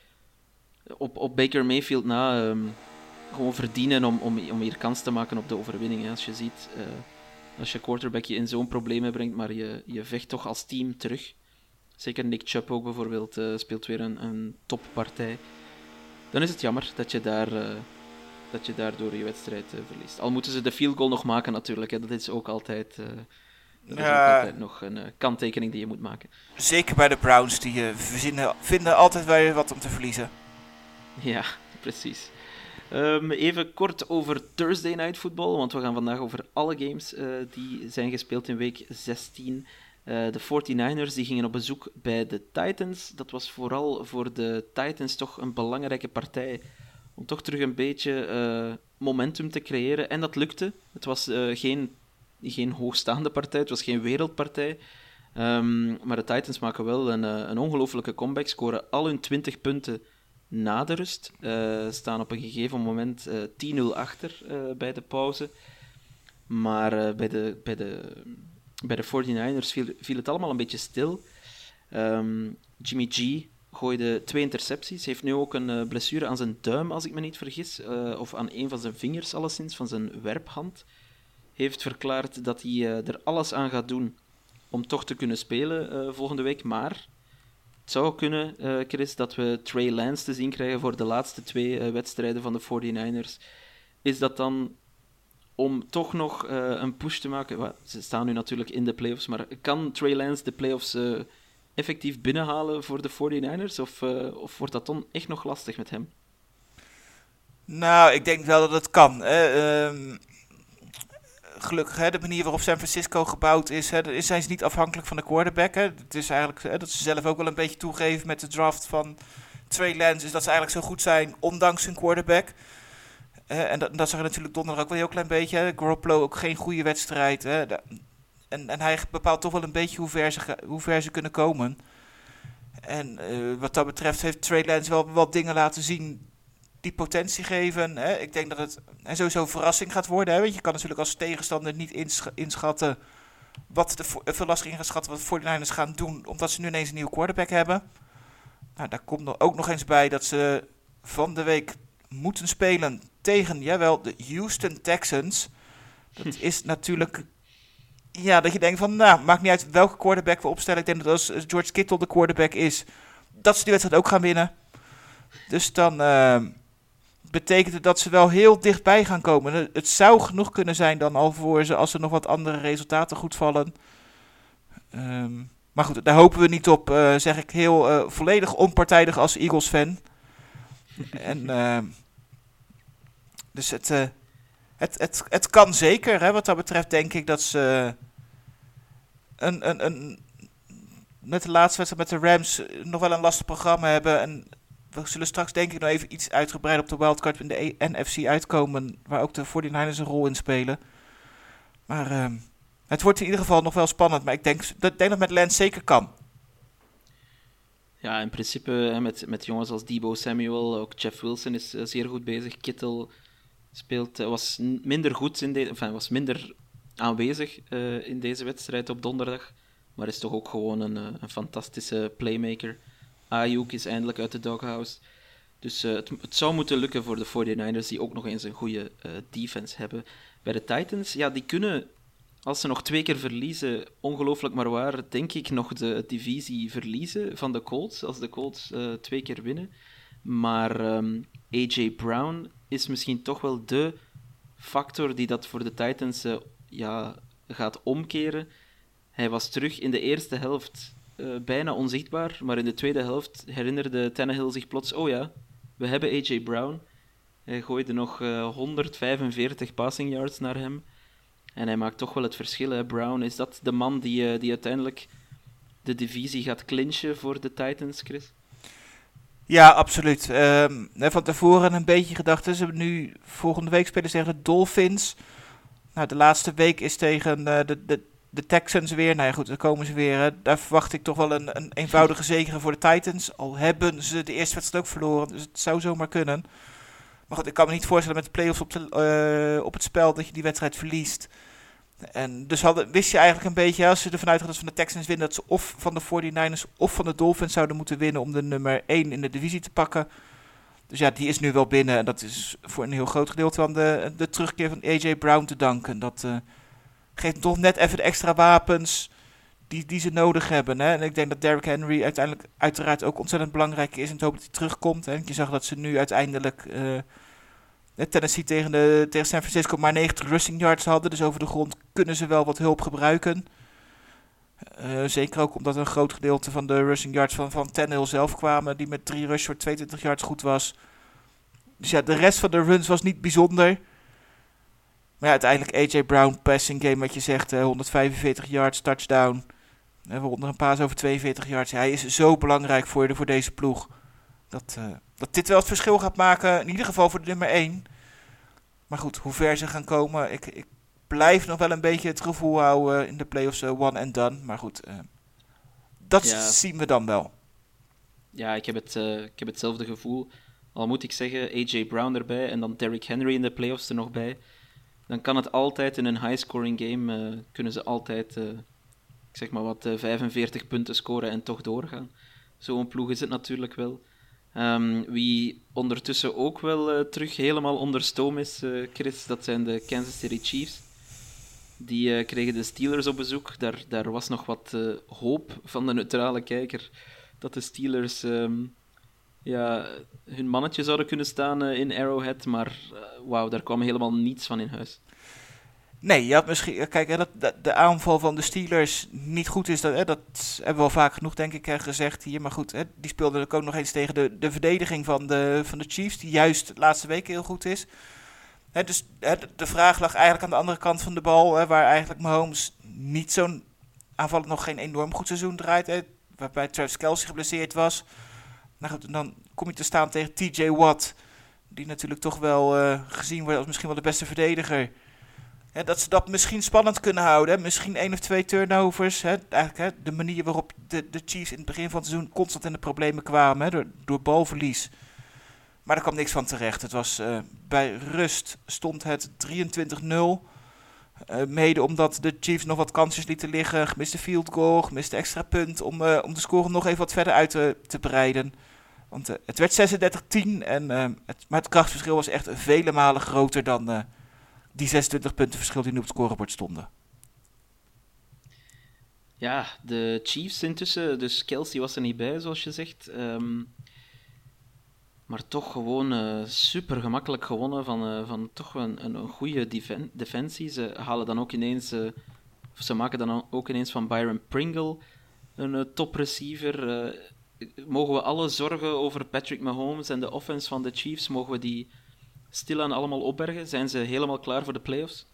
op, op Baker Mayfield na um, gewoon verdienen om, om, om hier kans te maken op de overwinning. Hè. Als je ziet, uh, als je quarterback je in zo'n problemen brengt, maar je, je vecht toch als team terug. Zeker Nick Chubb ook bijvoorbeeld uh, speelt weer een, een toppartij. Dan is het jammer dat je daar... Uh, dat je daardoor je wedstrijd uh, verliest. Al moeten ze de field goal nog maken natuurlijk. Hè. Dat is ook altijd, uh, dat is ja, ook altijd nog een uh, kanttekening die je moet maken. Zeker bij de Browns. Die uh, verzinnen, vinden altijd wel wat om te verliezen. Ja, precies. Um, even kort over Thursday Night Football. Want we gaan vandaag over alle games uh, die zijn gespeeld in week zestien. Uh, de forty-niners die gingen op bezoek bij de Titans. Dat was vooral voor de Titans toch een belangrijke partij om toch terug een beetje uh, momentum te creëren. En dat lukte. Het was uh, geen, geen hoogstaande partij, het was geen wereldpartij. Um, maar de Titans maken wel een, uh, een ongelofelijke comeback, scoren al hun twintig punten na de rust. Uh, staan op een gegeven moment uh, tien nul achter uh, bij de pauze. Maar uh, bij de, bij de, bij de forty-niners viel, viel het allemaal een beetje stil. Um, Jimmy G gooide twee intercepties. Heeft nu ook een uh, blessure aan zijn duim, als ik me niet vergis. Uh, of aan een van zijn vingers, alleszins, van zijn werphand. Heeft verklaard dat hij uh, er alles aan gaat doen om toch te kunnen spelen uh, volgende week. Maar het zou kunnen, uh, Chris, dat we Trey Lance te zien krijgen voor de laatste twee uh, wedstrijden van de forty-niners. Is dat dan om toch nog uh, een push te maken? Well, ze staan nu natuurlijk in de playoffs, maar kan Trey Lance de playoffs uh, effectief binnenhalen voor de forty-niners? Of, uh, of wordt dat dan echt nog lastig met hem? Nou, ik denk wel dat het kan. Hè. Um, gelukkig, hè, de manier waarop San Francisco gebouwd is, hè, zijn ze niet afhankelijk van de quarterback. Hè. Het is eigenlijk hè, dat ze zelf ook wel een beetje toegeven met de draft van Trey Lance, is dat ze eigenlijk zo goed zijn, ondanks hun quarterback. Uh, en dat, dat zag je natuurlijk donderdag ook wel een heel klein beetje. Hè. Garoppolo ook geen goede wedstrijd. Hè. De, en, en hij bepaalt toch wel een beetje hoe ver ze, hoe ver ze kunnen komen. En uh, wat dat betreft heeft Trey Lance wel wat dingen laten zien die potentie geven. Hè. Ik denk dat het en sowieso een verrassing gaat worden. Hè. Want je kan natuurlijk als tegenstander niet insch- inschatten wat de vo- veel lastiger inschatten wat de forty-niners gaan doen, omdat ze nu ineens een nieuwe quarterback hebben. Nou, daar komt er ook nog eens bij dat ze van de week moeten spelen tegen, jawel, de Houston Texans. Dat is natuurlijk, ja, dat je denkt van, nou, maakt niet uit welke quarterback we opstellen. Ik denk dat als George Kittle de quarterback is, dat ze die wedstrijd ook gaan winnen. Dus dan uh, betekent het dat ze wel heel dichtbij gaan komen. Het zou genoeg kunnen zijn dan al voor ze als er nog wat andere resultaten goed vallen. Um, maar goed, daar hopen we niet op, uh, zeg ik heel uh, volledig onpartijdig als Eagles-fan. En uh, dus het, uh, het, het, het kan zeker. Hè, wat dat betreft denk ik dat ze een, een, een, met de laatste wedstrijd met de Rams nog wel een lastig programma hebben. En we zullen straks denk ik nog even iets uitgebreid op de wildcard in de N F C uitkomen, waar ook de forty-niners een rol in spelen. Maar uh, het wordt in ieder geval nog wel spannend. Maar ik denk dat, denk dat met Lance zeker kan. Ja, in principe hè, met, met jongens als Deebo Samuel, ook Jeff Wilson is uh, zeer goed bezig. Kittle speelt, uh, was n- minder goed in de, enfin, was minder aanwezig uh, in deze wedstrijd op donderdag, maar is toch ook gewoon een, uh, een fantastische playmaker. Ayuk is eindelijk uit de doghouse. Dus uh, het, het zou moeten lukken voor de forty-niners, die ook nog eens een goede uh, defense hebben. Bij de Titans, ja, die kunnen, als ze nog twee keer verliezen, ongelooflijk maar waar, denk ik nog de divisie verliezen van de Colts, als de Colts uh, twee keer winnen. Maar um, A J Brown is misschien toch wel de factor die dat voor de Titans uh, ja, gaat omkeren. Hij was terug in de eerste helft uh, bijna onzichtbaar, maar in de tweede helft herinnerde Tannehill zich plots, oh ja, we hebben A J Brown. Hij gooide nog uh, honderdvijfenveertig passing yards naar hem. En hij maakt toch wel het verschil. Hè. Brown, is dat de man die, uh, die uiteindelijk de divisie gaat clinchen voor de Titans, Chris? Ja, absoluut. Um, van tevoren een beetje gedacht. Ze hebben nu volgende week spelen ze tegen de Dolphins. Nou, de laatste week is tegen uh, de, de, de Texans weer. Nou ja, goed, dan komen ze weer. Hè. Daar verwacht ik toch wel een, een eenvoudige zege voor de Titans. Al hebben ze de eerste wedstrijd ook verloren. Dus het zou zomaar kunnen. Maar goed, ik kan me niet voorstellen met de playoffs op, de, uh, op het spel dat je die wedstrijd verliest. En dus hadden, wist je eigenlijk een beetje, als ze ervan uitgaan dat ze van de Texans winnen, dat ze of van de forty-niners of van de Dolphins zouden moeten winnen om de nummer één in de divisie te pakken. Dus ja, die is nu wel binnen. En dat is voor een heel groot gedeelte van de, de terugkeer van A J Brown te danken. Dat uh, geeft toch net even de extra wapens die, die ze nodig hebben. Hè? En ik denk dat Derrick Henry uiteindelijk uiteraard ook ontzettend belangrijk is. En ik hoop dat hij terugkomt. Hè? Je zag dat ze nu uiteindelijk uh, Tennessee tegen, de, tegen San Francisco maar negentig rushing yards hadden. Dus over de grond kunnen ze wel wat hulp gebruiken. Uh, zeker ook omdat een groot gedeelte van de rushing yards van, van Tannehill zelf kwamen. Die met drie rush voor tweeëntwintig yards goed was. Dus ja, de rest van de runs was niet bijzonder. Maar ja, uiteindelijk A J Brown, passing game wat je zegt. Uh, honderdvijfenveertig yards, touchdown. Uh, waaronder een paas over tweeënveertig yards. Ja, hij is zo belangrijk voor, de, voor deze ploeg. Dat, uh, dat dit wel het verschil gaat maken. In ieder geval voor de nummer één. Maar goed, hoe ver ze gaan komen. Ik, ik blijf nog wel een beetje het gevoel houden in de playoffs uh, one and done. Maar goed, uh, dat ja. zien we dan wel. Ja, ik heb, het, uh, ik heb hetzelfde gevoel. Al moet ik zeggen, A J Brown erbij en dan Derrick Henry in de playoffs er nog bij. Dan kan het altijd in een high-scoring game, uh, kunnen ze altijd, uh, ik zeg maar wat, uh, vijfenveertig punten scoren en toch doorgaan. Zo'n ploeg is het natuurlijk wel. Um, wie ondertussen ook wel uh, terug helemaal onder stoom is, uh, Chris, dat zijn de Kansas City Chiefs. Die uh, kregen de Steelers op bezoek. Daar, daar was nog wat uh, hoop van de neutrale kijker dat de Steelers um, ja, hun mannetje zouden kunnen staan uh, in Arrowhead. Maar uh, wauw, daar kwam helemaal niets van in huis. Nee, je had misschien, kijk, hè, dat, dat de aanval van de Steelers niet goed is, dat, hè, dat hebben we al vaak genoeg, denk ik, hè, gezegd hier. Maar goed, hè, die speelden ook nog eens tegen de, de verdediging van de, van de Chiefs, die juist de laatste weken heel goed is. Hè, dus hè, de vraag lag eigenlijk aan de andere kant van de bal, hè, waar eigenlijk Mahomes niet zo'n aanvallend nog geen enorm goed seizoen draait, hè, waarbij Travis Kelce geblesseerd was. Nou goed, en dan kom je te staan tegen T J Watt, die natuurlijk toch wel uh, gezien wordt als misschien wel de beste verdediger. Hè, dat ze dat misschien spannend kunnen houden. Hè. Misschien één of twee turnovers. Hè. Eigenlijk hè, de manier waarop de, de Chiefs in het begin van het seizoen constant in de problemen kwamen. Hè, door, door balverlies. Maar er kwam niks van terecht. Het was, uh, bij rust stond het drieëntwintig nul. Uh, mede omdat de Chiefs nog wat kansjes lieten liggen. Gemiste field goal, gemiste extra punt. Om, uh, om de score nog even wat verder uit te, te breiden. Want uh, het werd zesendertig tien. En, uh, het, maar het krachtverschil was echt vele malen groter dan... Uh, die zesentwintig punten verschil die nu op het scorebord stonden. Ja, de Chiefs intussen, dus Kelce was er niet bij, zoals je zegt. Um, maar toch gewoon uh, super gemakkelijk gewonnen van, uh, van toch een, een, een goede defen- defensie. Ze halen dan ook ineens, uh, of ze maken dan ook ineens van Byron Pringle een uh, top receiver. Uh, mogen we alle zorgen over Patrick Mahomes en de offense van de Chiefs, mogen we die stilaan allemaal opbergen? Zijn ze helemaal klaar voor de playoffs?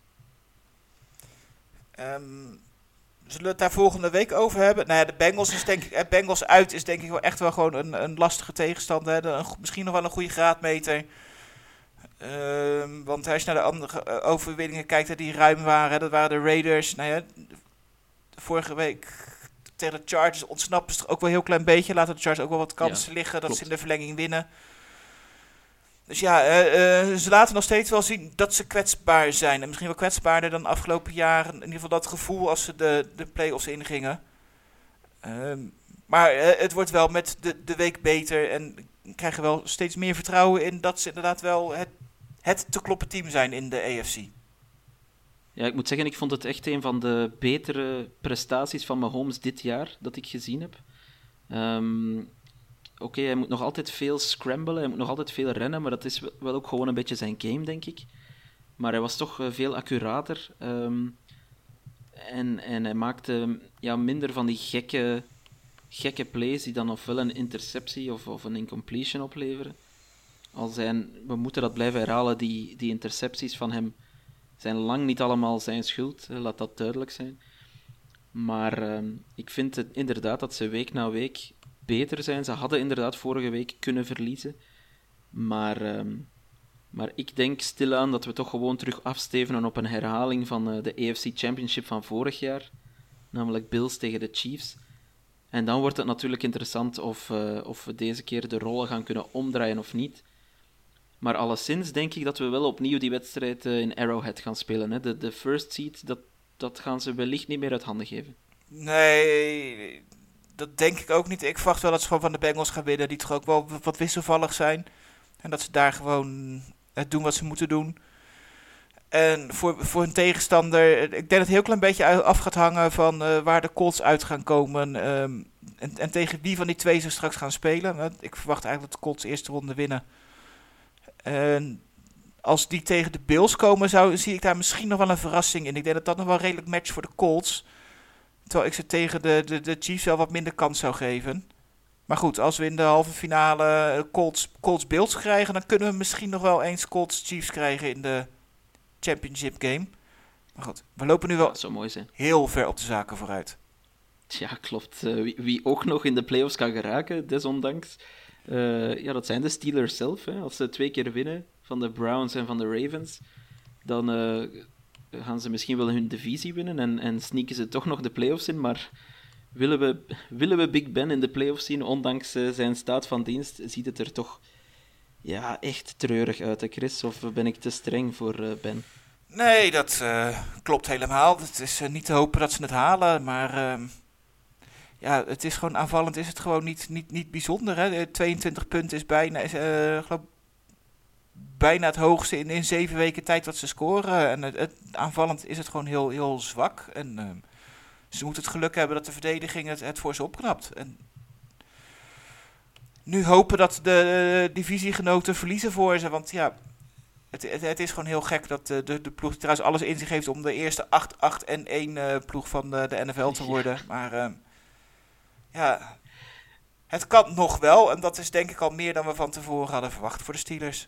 Um, zullen we het daar volgende week over hebben? Nou ja, de Bengals, is denk ik, eh, Bengals uit is denk ik wel echt wel gewoon een, een lastige tegenstander. Hè? Een, misschien nog wel een goede graadmeter. Um, want als je naar de andere uh, overwinningen kijkt hè, die ruim waren, hè, dat waren de Raiders. Nou ja, vorige week tegen de Chargers ontsnappen ze er ook wel een heel klein beetje. Laten de Chargers ook wel wat kansen ja, liggen dat klopt. Ze in de verlenging winnen. Dus ja, uh, uh, ze laten nog steeds wel zien dat ze kwetsbaar zijn. En misschien wel kwetsbaarder dan de afgelopen jaren. In ieder geval dat gevoel als ze de, de play-offs ingingen. Um, maar uh, het wordt wel met de, de week beter. En krijgen wel steeds meer vertrouwen in dat ze inderdaad wel het, het te kloppen team zijn in de A F C. Ja, ik moet zeggen, ik vond het echt een van de betere prestaties van Mahomes dit jaar dat ik gezien heb. Um, Oké, okay, hij moet nog altijd veel scramblen, hij moet nog altijd veel rennen, maar dat is wel ook gewoon een beetje zijn game, denk ik. Maar hij was toch uh, veel accurater. Um, en, en hij maakte ja, minder van die gekke, gekke plays die dan ofwel een interceptie of, of een incompletion opleveren. Al zijn, we moeten dat blijven herhalen, die, die intercepties van hem zijn lang niet allemaal zijn schuld, laat dat duidelijk zijn. Maar uh, ik vind het inderdaad dat ze week na week beter zijn. Ze hadden inderdaad vorige week kunnen verliezen. Maar, uh, maar ik denk stilaan dat we toch gewoon terug afstevenen op een herhaling van uh, de A F C Championship van vorig jaar. Namelijk Bills tegen de Chiefs. En dan wordt het natuurlijk interessant of, uh, of we deze keer de rollen gaan kunnen omdraaien of niet. Maar alleszins denk ik dat we wel opnieuw die wedstrijd uh, in Arrowhead gaan spelen. Hè. De, de first seed, dat, dat gaan ze wellicht niet meer uit handen geven. Nee, dat denk ik ook niet. Ik verwacht wel dat ze gewoon van de Bengals gaan winnen, die toch ook wel wat wisselvallig zijn. En dat ze daar gewoon het doen wat ze moeten doen. En voor, voor hun tegenstander, ik denk dat het een heel klein beetje af gaat hangen van uh, waar de Colts uit gaan komen. Um, en, en tegen wie van die twee ze straks gaan spelen. Uh, ik verwacht eigenlijk dat de Colts de eerste ronde winnen. En als die tegen de Bills komen, zou, zie ik daar misschien nog wel een verrassing in. Ik denk dat dat nog wel redelijk matcht voor de Colts. Terwijl ik ze tegen de, de, de Chiefs wel wat minder kans zou geven. Maar goed, als we in de halve finale Colts, Colts Bills krijgen, dan kunnen we misschien nog wel eens Colts Chiefs krijgen in de Championship game. Maar goed, we lopen nu wel dat zou mooi zijn. Heel ver op de zaken vooruit. Ja, klopt. Uh, wie, wie ook nog in de playoffs kan geraken, desondanks, uh, ja, dat zijn de Steelers zelf. Hè. Als ze twee keer winnen van de Browns en van de Ravens, dan uh, gaan ze misschien wel hun divisie winnen en, en sneaken ze toch nog de playoffs in. Maar willen we, willen we Big Ben in de playoffs zien, ondanks uh, zijn staat van dienst, ziet het er toch ja, echt treurig uit, hè, Chris? Of ben ik te streng voor uh, Ben? Nee, dat uh, klopt helemaal. Het is uh, niet te hopen dat ze het halen, maar uh, ja, het is gewoon aanvallend is het gewoon niet, niet, niet bijzonder. Hè? tweeëntwintig punten is bijna, is, uh, geloof, bijna het hoogste in, in zeven weken tijd wat ze scoren. En het, het, aanvallend is het gewoon heel, heel zwak. En uh, ze moeten het geluk hebben dat de verdediging het, het voor ze opknapt. En nu hopen dat de uh, divisiegenoten verliezen voor ze, want ja... Het, het, het is gewoon heel gek dat de, de, de ploeg trouwens alles in zich heeft om de eerste acht acht en één uh, ploeg van de, de N F L te worden. Ja. Maar uh, ja, het kan nog wel. En dat is denk ik al meer dan we van tevoren hadden verwacht voor de Steelers.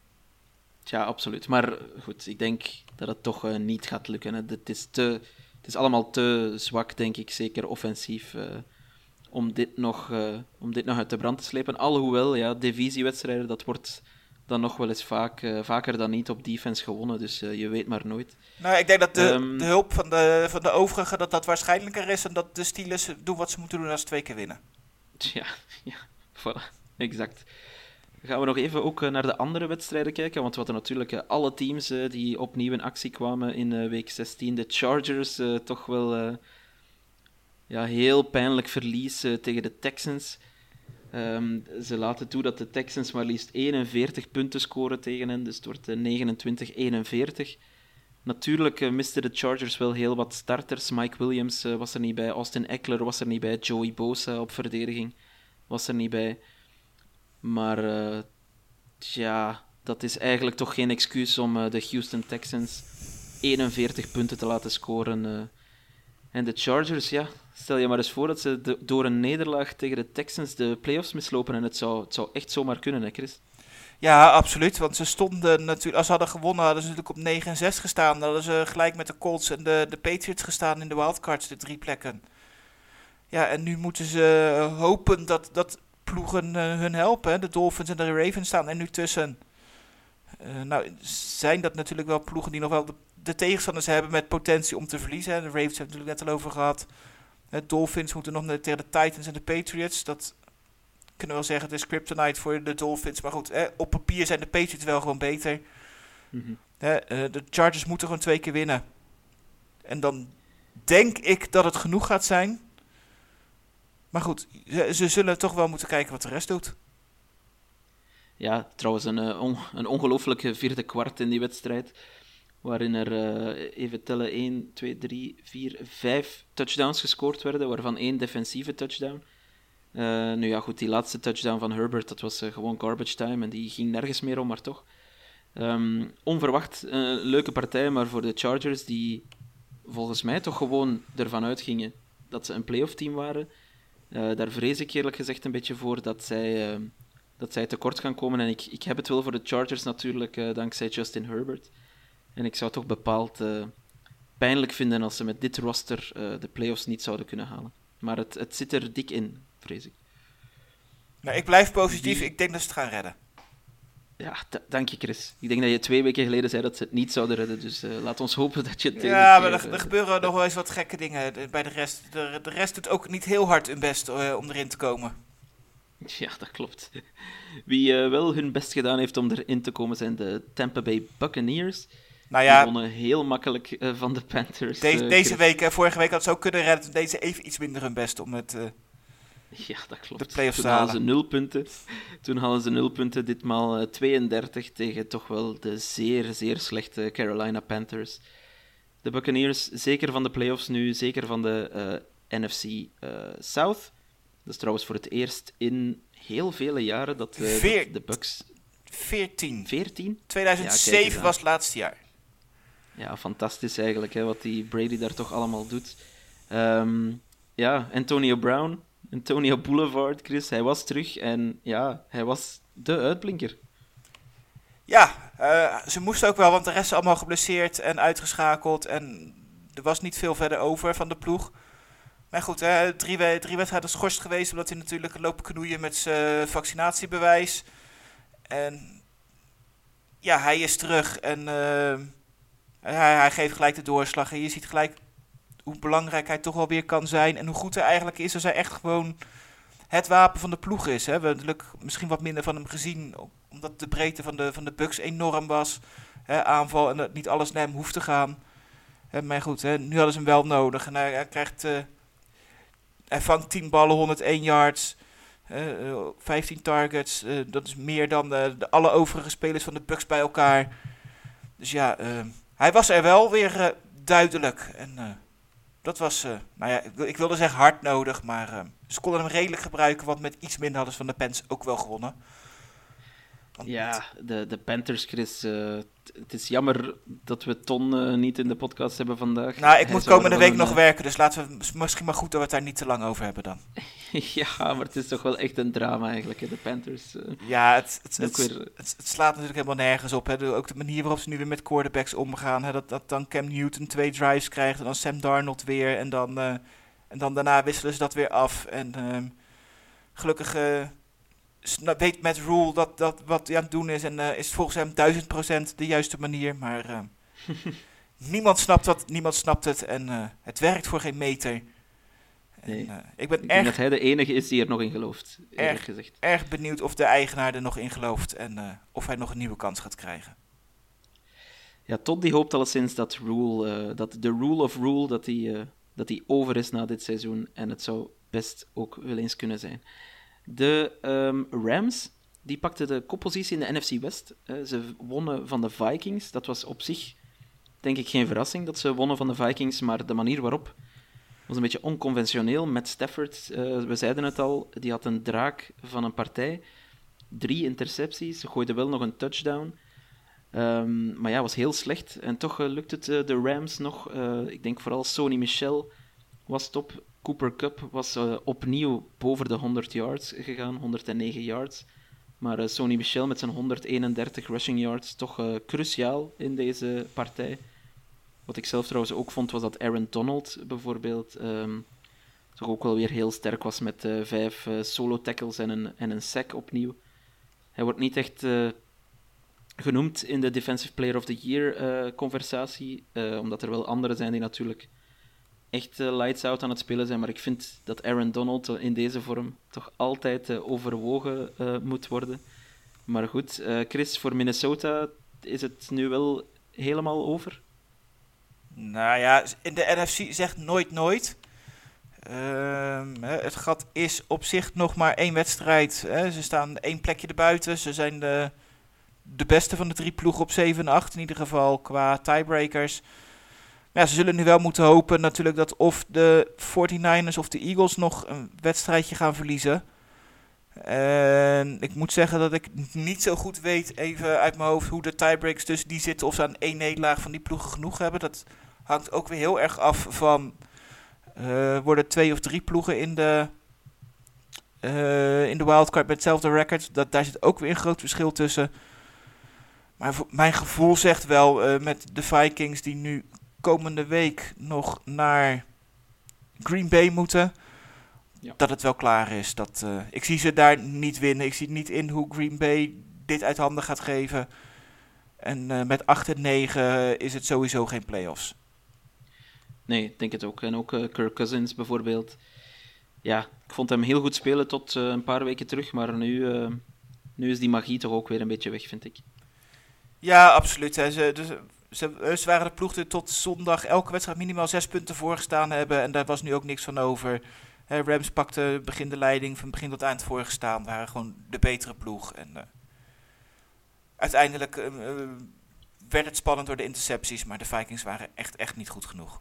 Ja, absoluut. Maar goed, ik denk dat het toch uh, niet gaat lukken. Hè. Het, is te, het is allemaal te zwak, denk ik, zeker offensief, uh, om, dit nog, uh, om dit nog uit de brand te slepen. Alhoewel, ja, divisiewedstrijden, dat wordt... dan nog wel eens vaak, uh, vaker dan niet op defense gewonnen, dus uh, je weet maar nooit. Nou, ik denk dat de, um, de hulp van de, van de overigen dat dat waarschijnlijker is en dat de Steelers doen wat ze moeten doen als ze twee keer winnen. Ja, ja, voilà, exact. Dan gaan we nog even ook uh, naar de andere wedstrijden kijken, want we hadden natuurlijk uh, alle teams uh, die opnieuw in actie kwamen in uh, week zestien. De Chargers, uh, toch wel uh, ja, heel pijnlijk verlies uh, tegen de Texans. Um, ze laten toe dat de Texans maar liefst eenenveertig punten scoren tegen hen, dus het wordt uh, negenentwintig eenenveertig. Natuurlijk uh, misten de Chargers wel heel wat starters. Mike Williams uh, was er niet bij, Austin Eckler was er niet bij, Joey Bosa op verdediging was er niet bij. Maar uh, ja, dat is eigenlijk toch geen excuus om uh, de Houston Texans eenenveertig punten te laten scoren. Uh. En de Chargers, ja, stel je maar eens voor dat ze de, door een nederlaag tegen de Texans de playoffs mislopen en het zou, het zou echt zomaar kunnen, hè Chris? Ja, absoluut, want ze stonden natuurlijk, als ze hadden gewonnen hadden ze natuurlijk op negen en zes gestaan. Dan hadden ze gelijk met de Colts en de, de Patriots gestaan in de wildcards, de drie plekken. Ja, en nu moeten ze hopen dat, dat ploegen uh, hun helpen. De Dolphins en de Ravens staan er nu tussen. Uh, nou, zijn dat natuurlijk wel ploegen die nog wel de, de tegenstanders hebben met potentie om te verliezen. Hè. De Ravens hebben het natuurlijk net al over gehad. De Dolphins moeten nog tegen de Titans en de Patriots. Dat kunnen we wel zeggen, het is kryptonite voor de Dolphins. Maar goed, hè, op papier zijn de Patriots wel gewoon beter. Mm-hmm. Hè, uh, de Chargers moeten gewoon twee keer winnen. En dan denk ik dat het genoeg gaat zijn. Maar goed, ze, ze zullen toch wel moeten kijken wat de rest doet. Ja, trouwens een, uh, on, een ongelooflijke vierde kwart in die wedstrijd. Waarin er, uh, even tellen, één, twee, drie, vier, vijf touchdowns gescoord werden. Waarvan één defensieve touchdown. Uh, nu ja, goed, die laatste touchdown van Herbert, dat was uh, gewoon garbage time. En die ging nergens meer om, maar toch. Um, onverwacht, uh, leuke partij, maar voor de Chargers, die volgens mij toch gewoon ervan uitgingen dat ze een playoff team waren. Uh, daar vrees ik eerlijk gezegd een beetje voor dat zij, uh, dat zij tekort gaan komen. En ik, ik heb het wel voor de Chargers natuurlijk, uh, dankzij Justin Herbert. En ik zou toch bepaald uh, pijnlijk vinden als ze met dit roster uh, de playoffs niet zouden kunnen halen. Maar het, het zit er dik in, vrees ik. Nou, ik blijf positief. Die... Ik denk dat ze het gaan redden. Ja, d- dank je, Chris. Ik denk dat je twee weken geleden zei dat ze het niet zouden redden. Dus uh, laat ons hopen dat je het... Ja, maar keer, er, uh, er gebeuren uh, nog wel eens wat gekke dingen bij de rest. De, de rest doet ook niet heel hard hun best uh, om erin te komen. Ja, dat klopt. Wie uh, wel hun best gedaan heeft om erin te komen zijn de Tampa Bay Buccaneers. Nou ja, die wonnen heel makkelijk uh, van de Panthers. De, uh, deze week, uh, vorige week had ze ook kunnen redden. Deze even iets minder hun best om het... Uh, Ja, dat klopt. De playoffs Toen hadden ze nul punten. Toen hadden ze nul punten, ditmaal uh, tweeëndertig tegen toch wel de zeer, zeer slechte Carolina Panthers. De Buccaneers, zeker van de playoffs nu, zeker van de uh, N F C uh, South. Dat is trouwens voor het eerst in heel vele jaren dat, uh, Veer... dat de Bucks... veertien. veertien? tweeduizend zeven ja, was het laatste jaar. Ja, fantastisch eigenlijk, hè, wat die Brady daar toch allemaal doet. Um, ja, Antonio Brown... Antonio Boulevard, Chris, hij was terug en ja, hij was de uitblinker. Ja, uh, ze moesten ook wel, want de rest is allemaal geblesseerd en uitgeschakeld en er was niet veel verder over van de ploeg. Maar goed, hè, drie, we- drie wedstrijden geschorst geweest, omdat hij natuurlijk lopen knoeien met zijn vaccinatiebewijs. En ja, hij is terug en uh, hij, hij geeft gelijk de doorslag en je ziet gelijk hoe belangrijk hij toch wel weer kan zijn en hoe goed hij eigenlijk is als hij echt gewoon het wapen van de ploeg is. Hè. We hebben natuurlijk misschien wat minder van hem gezien, omdat de breedte van de, van de Bucks enorm was. Hè, aanval en dat niet alles naar hem hoeft te gaan. Hè, maar goed, hè, nu hadden ze hem wel nodig. En hij, hij, krijgt, uh, hij vangt tien ballen, honderdéén yards, uh, vijftien targets. Uh, dat is meer dan de, de alle overige spelers van de Bucks bij elkaar. Dus ja, uh, hij was er wel weer uh, duidelijk. En... Uh, Dat was, uh, nou ja, ik, ik wilde zeggen hard nodig, maar uh, ze konden hem redelijk gebruiken, want met iets minder hadden ze van de Pens ook wel gewonnen. Want ja, de, de Panthers, Chris, uh, t- het is jammer dat we Ton uh, niet in de podcast hebben vandaag. Nou, ik Hij moet zou komende er week wel nog een, werken, dus laten we misschien maar goed dat we het daar niet te lang over hebben dan. Ja, maar het is toch wel echt een drama eigenlijk, hè, de Panthers. Uh, Ja, het, het, het, weer... het, het slaat natuurlijk helemaal nergens op. Hè. De, ook de manier waarop ze nu weer met quarterbacks omgaan. Hè. Dat, dat dan Cam Newton twee drives krijgt en dan Sam Darnold weer. En dan, uh, en dan daarna wisselen ze dat weer af. En uh, gelukkig uh, weet Matt Rule dat, dat wat hij aan het doen is. En uh, is volgens hem duizend procent de juiste manier. Maar uh, niemand snapt dat, niemand snapt het. En uh, het werkt voor geen meter. Nee. En, uh, ik ben ik erg, denk dat hij de enige is die er nog in gelooft, eerlijk erg, gezegd. erg benieuwd of de eigenaar er nog in gelooft en uh, of hij nog een nieuwe kans gaat krijgen. Ja, Todd die hoopt alleszins dat, rule, uh, dat de rule of rule dat die, uh, dat die over is na dit seizoen. En het zou best ook wel eens kunnen zijn. De um, Rams die pakten de koppositie in de N F C West. Uh, ze wonnen van de Vikings. Dat was op zich, denk ik, geen verrassing dat ze wonnen van de Vikings. Maar de manier waarop was een beetje onconventioneel. Matt Stafford, uh, we zeiden het al, die had een draak van een partij. Drie intercepties, ze gooide wel nog een touchdown. Um, maar ja, was heel slecht. En toch uh, lukt het uh, de Rams nog. Uh, ik denk vooral Sony Michel was top. Cooper Kupp was uh, opnieuw boven de honderd yards gegaan, honderdnegen yards. Maar uh, Sony Michel met zijn honderdeenendertig rushing yards toch uh, cruciaal in deze partij. Wat ik zelf trouwens ook vond, was dat Aaron Donald bijvoorbeeld um, toch ook wel weer heel sterk was met uh, vijf uh, solo tackles en een, en een sack opnieuw. Hij wordt niet echt uh, genoemd in de Defensive Player of the Year uh, conversatie, uh, omdat er wel anderen zijn die natuurlijk echt uh, lights out aan het spelen zijn, maar ik vind dat Aaron Donald in deze vorm toch altijd uh, overwogen uh, moet worden. Maar goed, uh, Chris, voor Minnesota is het nu wel helemaal over? Nou ja, in de N F C zegt nooit nooit. Um, het gat is op zich nog maar één wedstrijd. Hè. Ze staan één plekje erbuiten. Ze zijn de, de beste van de drie ploegen op zeven en acht in ieder geval qua tiebreakers. Maar ja, ze zullen nu wel moeten hopen natuurlijk dat of de forty-niners of de Eagles nog een wedstrijdje gaan verliezen. En ik moet zeggen dat ik niet zo goed weet, even uit mijn hoofd, hoe de tiebreaks tussen die zitten. Of ze aan één nederlaag van die ploegen genoeg hebben. Dat hangt ook weer heel erg af van, uh, worden twee of drie ploegen in de, uh, in de wildcard met hetzelfde record. Dat, daar zit ook weer een groot verschil tussen. Maar voor, mijn gevoel zegt wel, uh, met de Vikings die nu komende week nog naar Green Bay moeten. Ja. Dat het wel klaar is. Dat, uh, ik zie ze daar niet winnen. Ik zie niet in hoe Green Bay dit uit handen gaat geven. En uh, met acht en negen is het sowieso geen playoffs. Nee, ik denk het ook. En ook uh, Kirk Cousins bijvoorbeeld. Ja, ik vond hem heel goed spelen tot uh, een paar weken terug. Maar nu, uh, nu is die magie toch ook weer een beetje weg, vind ik. Ja, absoluut. Hè. Ze, dus, ze, ze waren de ploeg die tot zondag elke wedstrijd minimaal zes punten voorgestaan hebben. En daar was nu ook niks van over. Hè, Rams pakte begin de leiding, van begin tot eind voorgestaan. Waren gewoon de betere ploeg. En uh, uiteindelijk uh, uh, werd het spannend door de intercepties. Maar de Vikings waren echt, echt niet goed genoeg.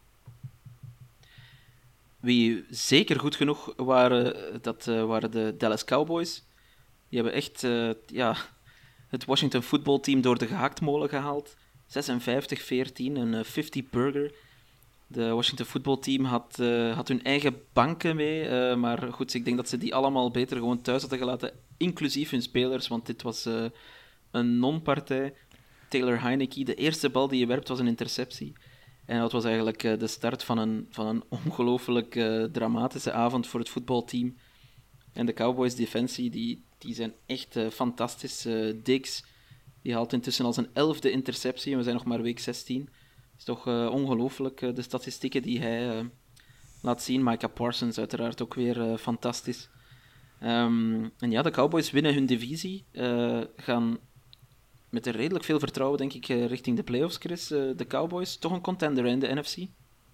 Wie zeker goed genoeg waren, dat uh, waren de Dallas Cowboys. Die hebben echt uh, ja, het Washington voetbalteam door de gehaktmolen gehaald. zesenvijftig veertien, een uh, vijftig burger. De Washington voetbalteam had, uh, had hun eigen banken mee. Uh, maar goed, ik denk dat ze die allemaal beter gewoon thuis hadden gelaten. Inclusief hun spelers, want dit was uh, een non-partij. Taylor Heineke, de eerste bal die je werpt was een interceptie. En dat was eigenlijk uh, de start van een, van een ongelooflijk uh, dramatische avond voor het voetbalteam. En de Cowboys defensie, die, die zijn echt uh, fantastisch. Uh, Diggs, die haalt intussen al zijn elfde interceptie en we zijn nog maar week zestien. Het is toch uh, ongelooflijk, uh, de statistieken die hij uh, laat zien. Micah Parsons uiteraard ook weer uh, fantastisch. Um, en ja, de Cowboys winnen hun divisie, uh, gaan met redelijk veel vertrouwen, denk ik, uh, richting de playoffs, Chris. Uh, de Cowboys, toch een contender in de N F C?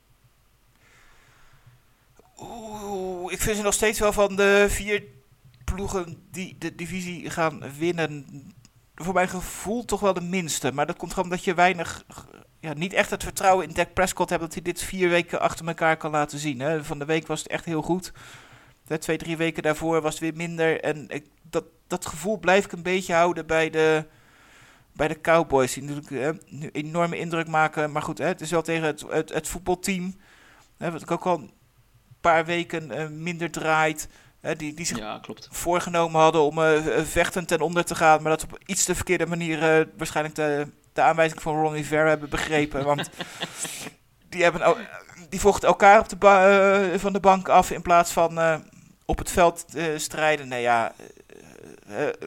Oeh, ik vind ze nog steeds wel van de vier ploegen die de divisie gaan winnen, voor mijn gevoel toch wel de minste. Maar dat komt gewoon omdat je weinig, ja, niet echt het vertrouwen in Dak Prescott hebt dat hij dit vier weken achter elkaar kan laten zien. Hè. Van de week was het echt heel goed. De twee, drie weken daarvoor was het weer minder. En ik, dat, dat gevoel blijf ik een beetje houden bij de, bij de Cowboys. Die natuurlijk hè, nu enorme indruk maken. Maar goed, hè, het is wel tegen het, het, het voetbalteam. Hè, wat ik ook al een paar weken uh, minder draait. Hè, die, die zich ja, klopt. voorgenomen hadden om uh, vechtend ten onder te gaan. Maar dat op iets te verkeerde manier uh, waarschijnlijk de, de aanwijzing van Ron Rivera hebben begrepen. Want die, hebben, die vochten elkaar op de ba- uh, van de bank af in plaats van uh, op het veld uh, strijden. Nee ja, uh, uh,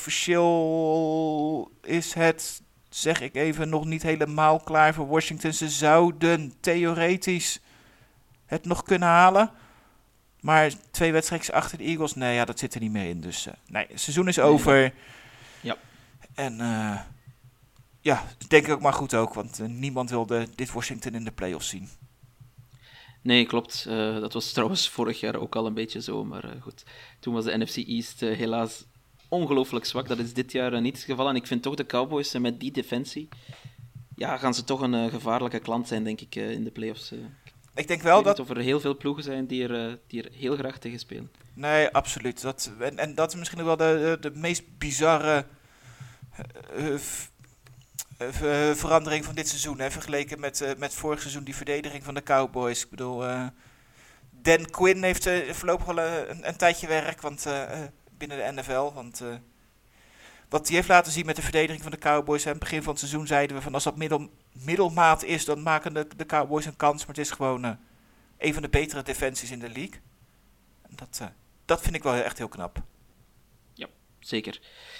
officieel is het, zeg ik even, nog niet helemaal klaar voor Washington. Ze zouden theoretisch het nog kunnen halen. Maar twee wedstrijdjes achter de Eagles, nee, ja, dat zit er niet meer in. Dus uh, nee, het seizoen is over. Ja. En uh, ja, denk ik ook maar goed ook. Want uh, niemand wilde dit Washington in de playoffs zien. Nee, klopt. Uh, dat was trouwens vorig jaar ook al een beetje zo. Maar uh, goed, toen was de N F C East uh, helaas ongelooflijk zwak. Dat is dit jaar uh, niet het geval. En ik vind toch de Cowboys uh, met die defensie, ja, gaan ze toch een uh, gevaarlijke klant zijn, denk ik, uh, in de playoffs. Uh. Ik denk wel ik weet dat... niet of er heel veel ploegen zijn die er, uh, die er heel graag tegen spelen. Nee, absoluut. Dat, en, en dat is misschien ook wel de, de, de meest bizarre uh, f, uh, verandering van dit seizoen. Hè, vergeleken met, uh, met vorig seizoen, die verdediging van de Cowboys. Ik bedoel, uh, Dan Quinn heeft uh, voorlopig al uh, een, een tijdje werk want, uh, binnen de N F L. Want uh, wat hij heeft laten zien met de verdediging van de Cowboys. Aan het begin van het seizoen zeiden we van als dat middel, middelmaat is, dan maken de, de Cowboys een kans. Maar het is gewoon uh, een van de betere defensies in de league. Dat, uh, dat vind ik wel echt heel knap. Ja, zeker.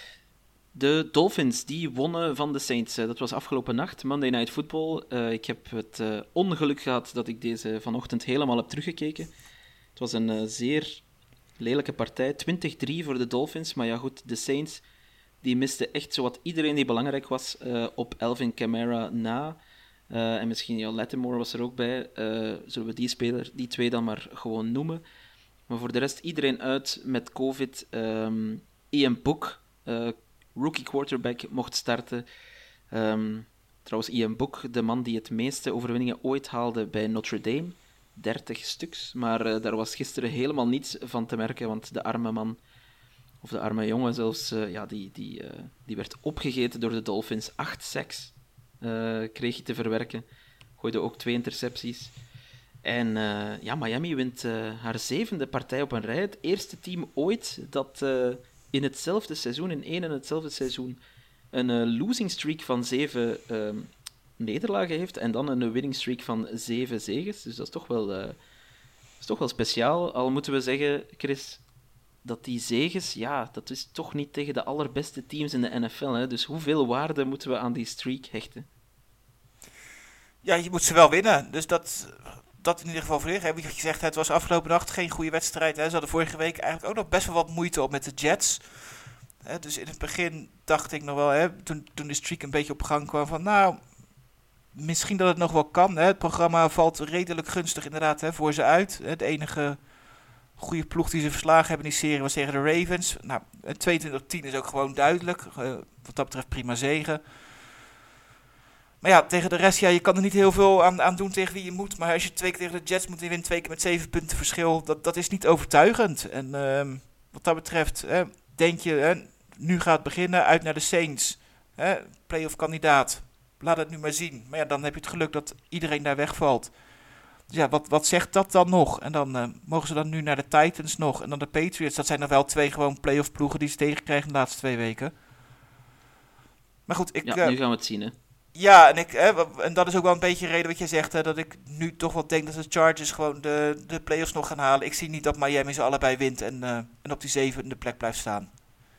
De Dolphins, die wonnen van de Saints. Dat was afgelopen nacht, Monday Night Football. Uh, ik heb het uh, ongeluk gehad dat ik deze vanochtend helemaal heb teruggekeken. Het was een uh, zeer lelijke partij. twintig drie voor de Dolphins. Maar ja goed, de Saints die misten echt zowat iedereen die belangrijk was uh, op Alvin Kamara na. Uh, en misschien ja, Lattimore was er ook bij. Uh, zullen we die speler, die twee dan maar gewoon noemen. Maar voor de rest iedereen uit met COVID. Um, Ian Book, uh, rookie quarterback, mocht starten. Um, trouwens, Ian Book, de man die het meeste overwinningen ooit haalde bij Notre Dame. dertig stuks. Maar uh, daar was gisteren helemaal niets van te merken, want de arme man, of de arme jongen zelfs, uh, ja, die, die, uh, die werd opgegeten door de Dolphins. Acht sacks uh, kreeg hij te verwerken. Gooide ook twee intercepties. En uh, ja, Miami wint uh, haar zevende partij op een rij. Het eerste team ooit dat uh, in hetzelfde seizoen, in één en hetzelfde seizoen, een uh, losing streak van zeven uh, nederlagen heeft en dan een winning streak van zeven zegens. Dus dat is toch wel, uh, dat is toch wel speciaal. Al moeten we zeggen, Chris, dat die zegens, ja, dat is toch niet tegen de allerbeste teams in de N F L. Hè? Dus hoeveel waarde moeten we aan die streak hechten? Ja, je moet ze wel winnen. Dus dat, dat in ieder geval voor je. Wat je zegt, het was afgelopen nacht geen goede wedstrijd. Hè. Ze hadden vorige week eigenlijk ook nog best wel wat moeite op met de Jets. Hè, dus in het begin dacht ik nog wel, hè, toen, toen de streak een beetje op gang kwam, van nou, misschien dat het nog wel kan. Hè. Het programma valt redelijk gunstig inderdaad hè, voor ze uit. Hè. De enige goede ploeg die ze verslagen hebben in die serie was tegen de Ravens. Nou, tweeëntwintig tien is ook gewoon duidelijk. Uh, wat dat betreft prima zegen. Maar ja, tegen de rest, ja, je kan er niet heel veel aan, aan doen tegen wie je moet. Maar als je twee keer tegen de Jets moet winnen, twee keer met zeven punten verschil, dat, dat is niet overtuigend. En uh, wat dat betreft, hè, denk je, hè, nu gaat het beginnen, uit naar de Saints. Hè, playoff kandidaat. Laat het nu maar zien. Maar ja, dan heb je het geluk dat iedereen daar wegvalt. Dus ja, wat, wat zegt dat dan nog? En dan uh, mogen ze dan nu naar de Titans nog. En dan de Patriots. Dat zijn nog wel twee gewoon playoff ploegen die ze tegenkrijgen de laatste twee weken. Maar goed, ik... Ja, uh, nu gaan we het zien, hè. Ja, en, ik, hè, en dat is ook wel een beetje de reden wat jij zegt, hè, dat ik nu toch wel denk dat de Chargers gewoon de, de playoffs nog gaan halen. Ik zie niet dat Miami ze allebei wint en, uh, en op die zevende plek blijft staan.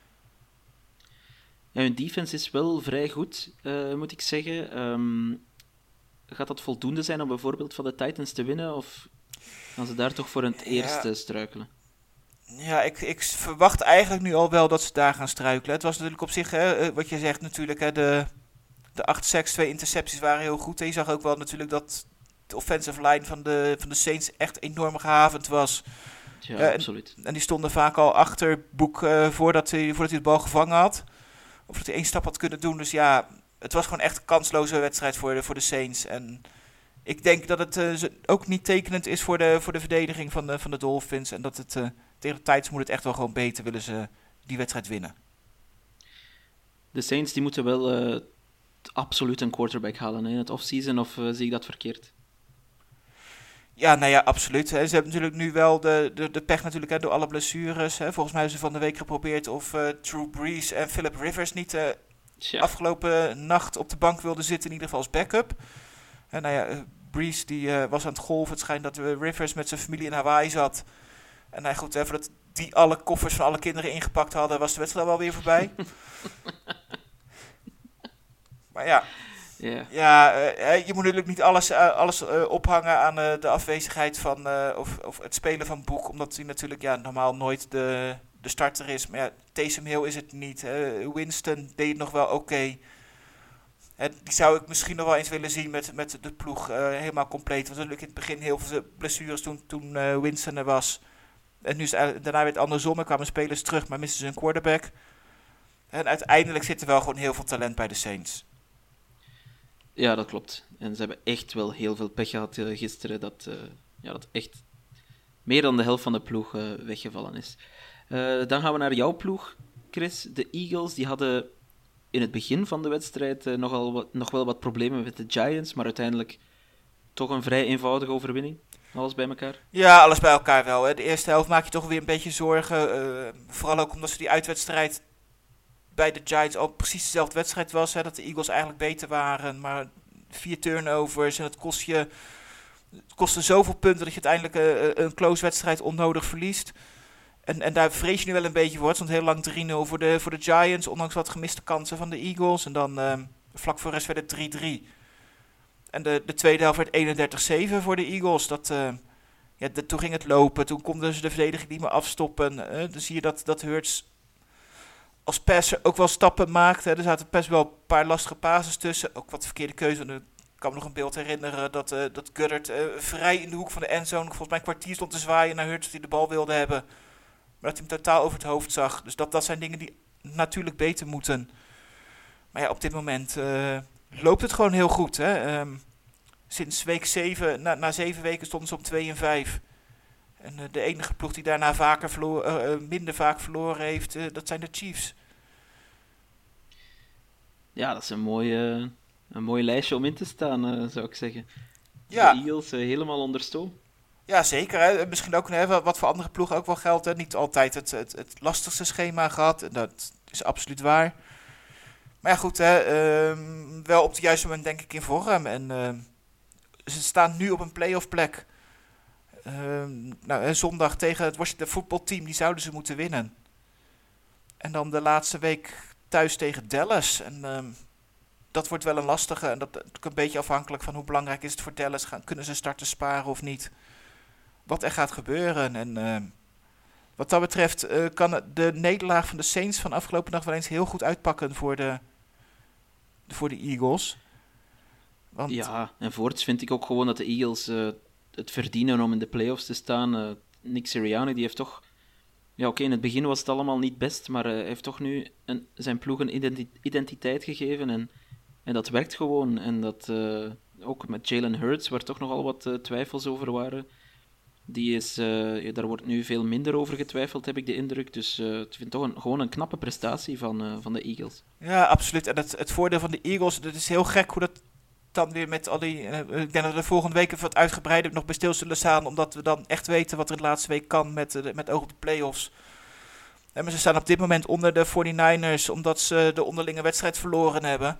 Ja, hun defense is wel vrij goed, uh, moet ik zeggen. Um, gaat dat voldoende zijn om bijvoorbeeld van de Titans te winnen? Of gaan ze daar toch voor het eerst ja. struikelen? Ja, ik, ik verwacht eigenlijk nu al wel dat ze daar gaan struikelen. Het was natuurlijk op zich, hè, wat je zegt natuurlijk, hè, de... De acht sacks, twee intercepties waren heel goed. En je zag ook wel natuurlijk dat de offensive line van de, van de Saints echt enorm gehavend was. Ja, uh, absoluut. En, en die stonden vaak al achter Boek uh, voordat, hij, voordat hij de bal gevangen had. Of dat hij één stap had kunnen doen. Dus ja, het was gewoon echt een kansloze wedstrijd voor de, voor de Saints. En ik denk dat het uh, ook niet tekenend is voor de, voor de verdediging van de, van de Dolphins. En dat het uh, tegen de Titans moet het echt wel gewoon beter, willen ze die wedstrijd winnen. De Saints die moeten wel... Uh, absoluut een quarterback halen in het offseason, of uh, zie ik dat verkeerd? Ja, nou ja, absoluut. Hè. Ze hebben natuurlijk nu wel de, de, de pech natuurlijk hè, door alle blessures. Hè. Volgens mij hebben ze van de week geprobeerd of uh, Drew Brees en Philip Rivers niet uh, ja. afgelopen nacht op de bank wilden zitten, in ieder geval als backup. En nou ja, uh, Brees die uh, was aan het golven. Het schijnt dat uh, Rivers met zijn familie in Hawaii zat. En nou goed, hè, voordat die alle koffers van alle kinderen ingepakt hadden, was de wedstrijd al wel weer voorbij. Maar ja, yeah. ja uh, je moet natuurlijk niet alles, uh, alles uh, ophangen aan uh, de afwezigheid van, uh, of, of het spelen van Boek. Omdat hij natuurlijk ja, normaal nooit de, de starter is. Maar ja, Taysom Hill is het niet. Uh, Winston deed het nog wel oké. Okay. Uh, die zou ik misschien nog wel eens willen zien met, met de ploeg uh, helemaal compleet. Want natuurlijk in het begin heel veel blessures toen, toen uh, Winston er was. En nu is het, daarna werd het andersom. Er kwamen spelers terug, maar misten ze een quarterback. En uiteindelijk zit er wel gewoon heel veel talent bij de Saints. Ja, dat klopt. En ze hebben echt wel heel veel pech gehad uh, gisteren, dat, uh, ja, dat echt meer dan de helft van de ploeg uh, weggevallen is. Uh, dan gaan we naar jouw ploeg, Chris. De Eagles die hadden in het begin van de wedstrijd uh, nogal wat, nog wel wat problemen met de Giants, maar uiteindelijk toch een vrij eenvoudige overwinning. Alles bij elkaar? Ja, alles bij elkaar wel. Hè. De eerste helft maak je toch weer een beetje zorgen. Uh, vooral ook omdat ze die uitwedstrijd bij de Giants al precies dezelfde wedstrijd was. Hè, dat de Eagles eigenlijk beter waren. Maar vier turnovers en het kost je... Het kostte zoveel punten dat je uiteindelijk uh, een close wedstrijd onnodig verliest. En, en daar vrees je nu wel een beetje voor. Het stond heel lang drie nul voor de, voor de Giants. Ondanks wat gemiste kansen van de Eagles. En dan uh, vlak voor de rest werd het drie drie. En de, de tweede helft werd eenendertig zeven voor de Eagles. Dat, uh, ja, de, toen ging het lopen. Toen konden ze de verdediging niet meer afstoppen. Uh, dan zie je dat, dat Hurts als passer ook wel stappen maakte. Er zaten best wel een paar lastige passes tussen. Ook wat verkeerde keuze. Ik kan me nog een beeld herinneren dat, uh, dat Goddard uh, vrij in de hoek van de endzone volgens mij een kwartier stond te zwaaien naar Hurts die de bal wilde hebben. Maar dat hij hem totaal over het hoofd zag. Dus dat, dat zijn dingen die natuurlijk beter moeten. Maar ja, op dit moment uh, loopt het gewoon heel goed. Hè? Um, sinds week zeven, na, na zeven weken stonden ze op twee en vijf. En uh, de enige ploeg die daarna vaker verloor, uh, minder vaak verloren heeft, uh, dat zijn de Chiefs. Ja, dat is een mooie, een mooi lijstje om in te staan, uh, zou ik zeggen. Ja. De Eagles uh, helemaal onder stoom. Ja, zeker. Hè. Misschien ook hè, wat voor andere ploegen ook wel geldt. Hè. Niet altijd het, het, het lastigste schema gehad. En dat is absoluut waar. Maar ja, goed, hè, uh, wel op het juiste moment denk ik in vorm. En uh, ze staan nu op een playoff plek. Uh, nou, zondag tegen het Washington voetbalteam, die zouden ze moeten winnen. En dan de laatste week thuis tegen Dallas. En uh, dat wordt wel een lastige. En dat is een beetje afhankelijk van hoe belangrijk is het voor Dallas. Gaan, kunnen ze starten sparen of niet? Wat er gaat gebeuren. En uh, wat dat betreft uh, kan de nederlaag van de Saints van afgelopen dag wel eens heel goed uitpakken voor de, voor de Eagles. Want ja, en voorts vind ik ook gewoon dat de Eagles uh, het verdienen om in de playoffs te staan. Uh, Nick Sirianni, die heeft toch... Ja, oké, okay, in het begin was het allemaal niet best, maar hij uh, heeft toch nu een, zijn ploeg een identi- identiteit gegeven. En, en dat werkt gewoon. En dat uh, ook met Jalen Hurts, waar toch nogal wat uh, twijfels over waren... Die is, uh, ja, daar wordt nu veel minder over getwijfeld, heb ik de indruk. Dus uh, ik vind het toch een, gewoon een knappe prestatie van, uh, van de Eagles. Ja, absoluut. En het, het voordeel van de Eagles, het is heel gek hoe dat dan weer met al die... Uh, ik denk dat we de volgende week even wat uitgebreider nog bij stil zullen staan, omdat we dan echt weten wat er de laatste week kan met, uh, met oog op de playoffs. En maar ze staan op dit moment onder de forty-niners, omdat ze de onderlinge wedstrijd verloren hebben.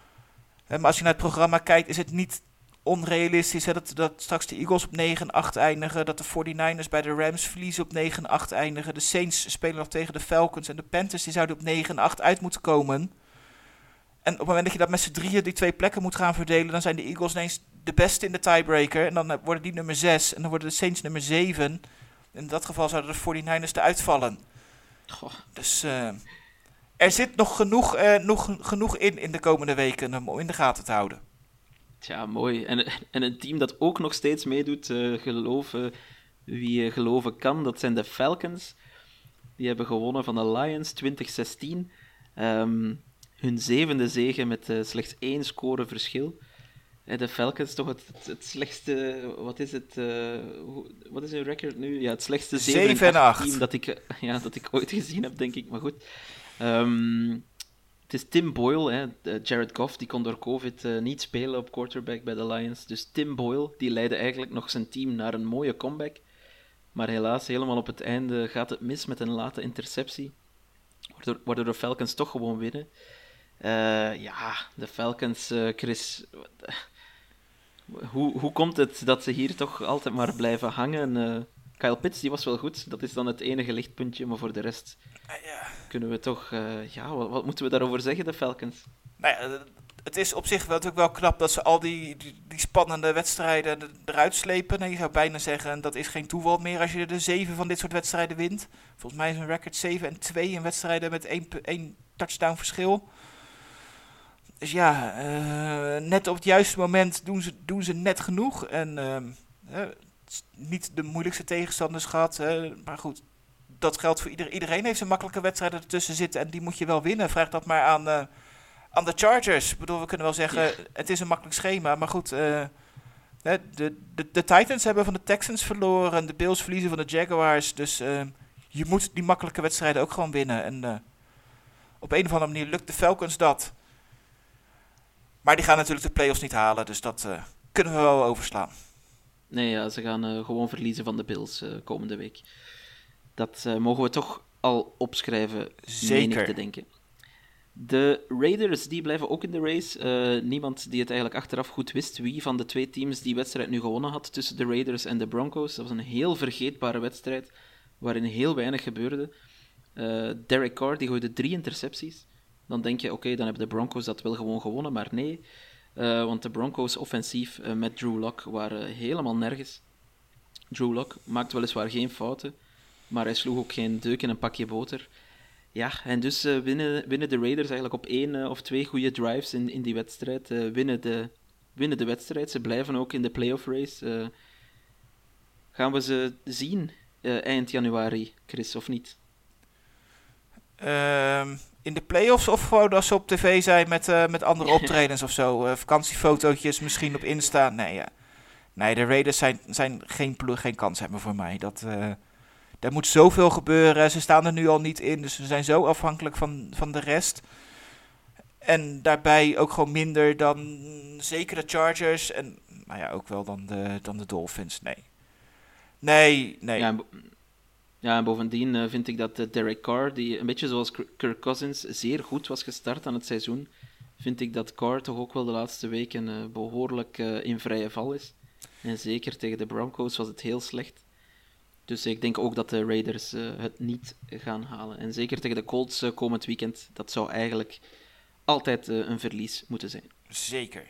En maar als je naar het programma kijkt, is het niet... onrealistisch, hè, dat, dat straks de Eagles op negen en acht eindigen, dat de forty-niners bij de Rams verliezen op negen en acht eindigen, de Saints spelen nog tegen de Falcons en de Panthers die zouden op negen en acht uit moeten komen. En op het moment dat je dat met z'n drieën die twee plekken moet gaan verdelen, dan zijn de Eagles ineens de beste in de tiebreaker en dan worden die nummer zes en dan worden de Saints nummer zeven. In dat geval zouden de forty-niners eruit vallen. Goh. Dus uh, er zit nog genoeg, uh, nog genoeg in in de komende weken om in de gaten te houden. Tja, mooi. En, en een team dat ook nog steeds meedoet, uh, geloven, wie uh, geloven kan, dat zijn de Falcons. Die hebben gewonnen van de Lions twintig zestien. Um, hun zevende zege met uh, slechts één score verschil. Uh, de Falcons toch het, het, het slechtste... Wat is het? Uh, hoe, wat is hun record nu? Ja, het slechtste zeven en acht team dat ik, uh, ja, dat ik ooit gezien heb, denk ik. Maar goed. Um, Het is Tim Boyle, hè. Jared Goff, die kon door COVID uh, niet spelen op quarterback bij de Lions. Dus Tim Boyle, die leidde eigenlijk nog zijn team naar een mooie comeback. Maar helaas, helemaal op het einde gaat het mis met een late interceptie. Waardoor, waardoor de Falcons toch gewoon winnen. Uh, ja, de Falcons, uh, Chris... Hoe, hoe komt het dat ze hier toch altijd maar blijven hangen? Uh, Kyle Pitts, die was wel goed. Dat is dan het enige lichtpuntje, maar voor de rest... Ja. Kunnen we toch... Uh, ja, wat, wat moeten we daarover zeggen, de Falcons? Nou ja, het is op zich wel, natuurlijk wel knap dat ze al die, die, die spannende wedstrijden eruit slepen. En je zou bijna zeggen, dat is geen toeval meer als je de zeven van dit soort wedstrijden wint. Volgens mij is een record zeven en twee in wedstrijden met één, één touchdown verschil. Dus ja, uh, net op het juiste moment doen ze, doen ze net genoeg. En uh, uh, niet de moeilijkste tegenstanders gehad, uh, maar goed... Dat geldt voor iedereen. Iedereen heeft een makkelijke wedstrijd ertussen zitten en die moet je wel winnen. Vraag dat maar aan, uh, aan de Chargers. Ik bedoel, we kunnen wel zeggen, ja. Het is een makkelijk schema. Maar goed, uh, de, de, de Titans hebben van de Texans verloren. De Bills verliezen van de Jaguars. Dus uh, je moet die makkelijke wedstrijden ook gewoon winnen. En uh, op een of andere manier lukt de Falcons dat. Maar die gaan natuurlijk de playoffs niet halen. Dus dat uh, kunnen we wel overslaan. Nee, ja, ze gaan uh, gewoon verliezen van de Bills uh, komende week. Dat uh, mogen we toch al opschrijven, Zeker. meen ik te denken. De Raiders, die blijven ook in de race. Uh, niemand die het eigenlijk achteraf goed wist wie van de twee teams die wedstrijd nu gewonnen had tussen de Raiders en de Broncos. Dat was een heel vergeetbare wedstrijd, waarin heel weinig gebeurde. Uh, Derek Carr, die gooide drie intercepties. Dan denk je, oké, okay, dan hebben de Broncos dat wel gewoon gewonnen, maar nee. Uh, want de Broncos offensief uh, met Drew Lock waren helemaal nergens. Drew Lock maakt weliswaar geen fouten, maar hij sloeg ook geen deuk in een pakje boter. Ja, en dus uh, winnen, winnen de Raiders eigenlijk op één uh, of twee goede drives in, in die wedstrijd. Uh, winnen, de, winnen de wedstrijd. Ze blijven ook in de playoff race. Uh, gaan we ze zien uh, eind januari, Chris, of niet? Um, in de playoffs of gewoon als ze op tv zijn met, uh, met andere optredens of zo? Uh, vakantiefotootjes misschien op Insta? Nee, ja. nee de Raiders zijn, zijn geen ploeg, geen kans hebben voor mij. Dat... Uh, Er moet zoveel gebeuren. Ze staan er nu al niet in. Dus ze zijn zo afhankelijk van, van de rest. En daarbij ook gewoon minder dan zeker de Chargers. En nou ja, ook wel dan de, dan de Dolphins. Nee. Nee, nee. Ja, Ja, en bovendien uh, vind ik dat uh, Derek Carr, die een beetje zoals Kirk Cousins zeer goed was gestart aan het seizoen, vind ik dat Carr toch ook wel de laatste weken uh, behoorlijk uh, in vrije val is. En zeker tegen de Broncos was het heel slecht. Dus ik denk ook dat de Raiders uh, het niet gaan halen. En zeker tegen de Colts uh, komend weekend, dat zou eigenlijk altijd uh, een verlies moeten zijn. Zeker.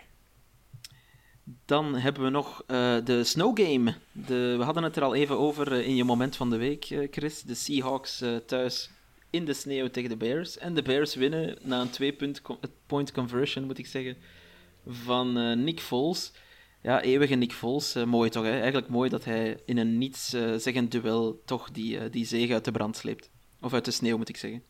Dan hebben we nog uh, de Snow Game. De, we hadden het er al even over uh, in je moment van de week, uh, Chris. De Seahawks uh, thuis in de sneeuw tegen de Bears. En de Bears winnen na een twee-point conversion, moet ik zeggen, van uh, Nick Foles. Ja, eeuwige Nick Foles. Uh, mooi toch, hè? Eigenlijk mooi dat hij in een niets-zeggend uh, duel toch die, uh, die zege uit de brand sleept. Of uit de sneeuw, moet ik zeggen.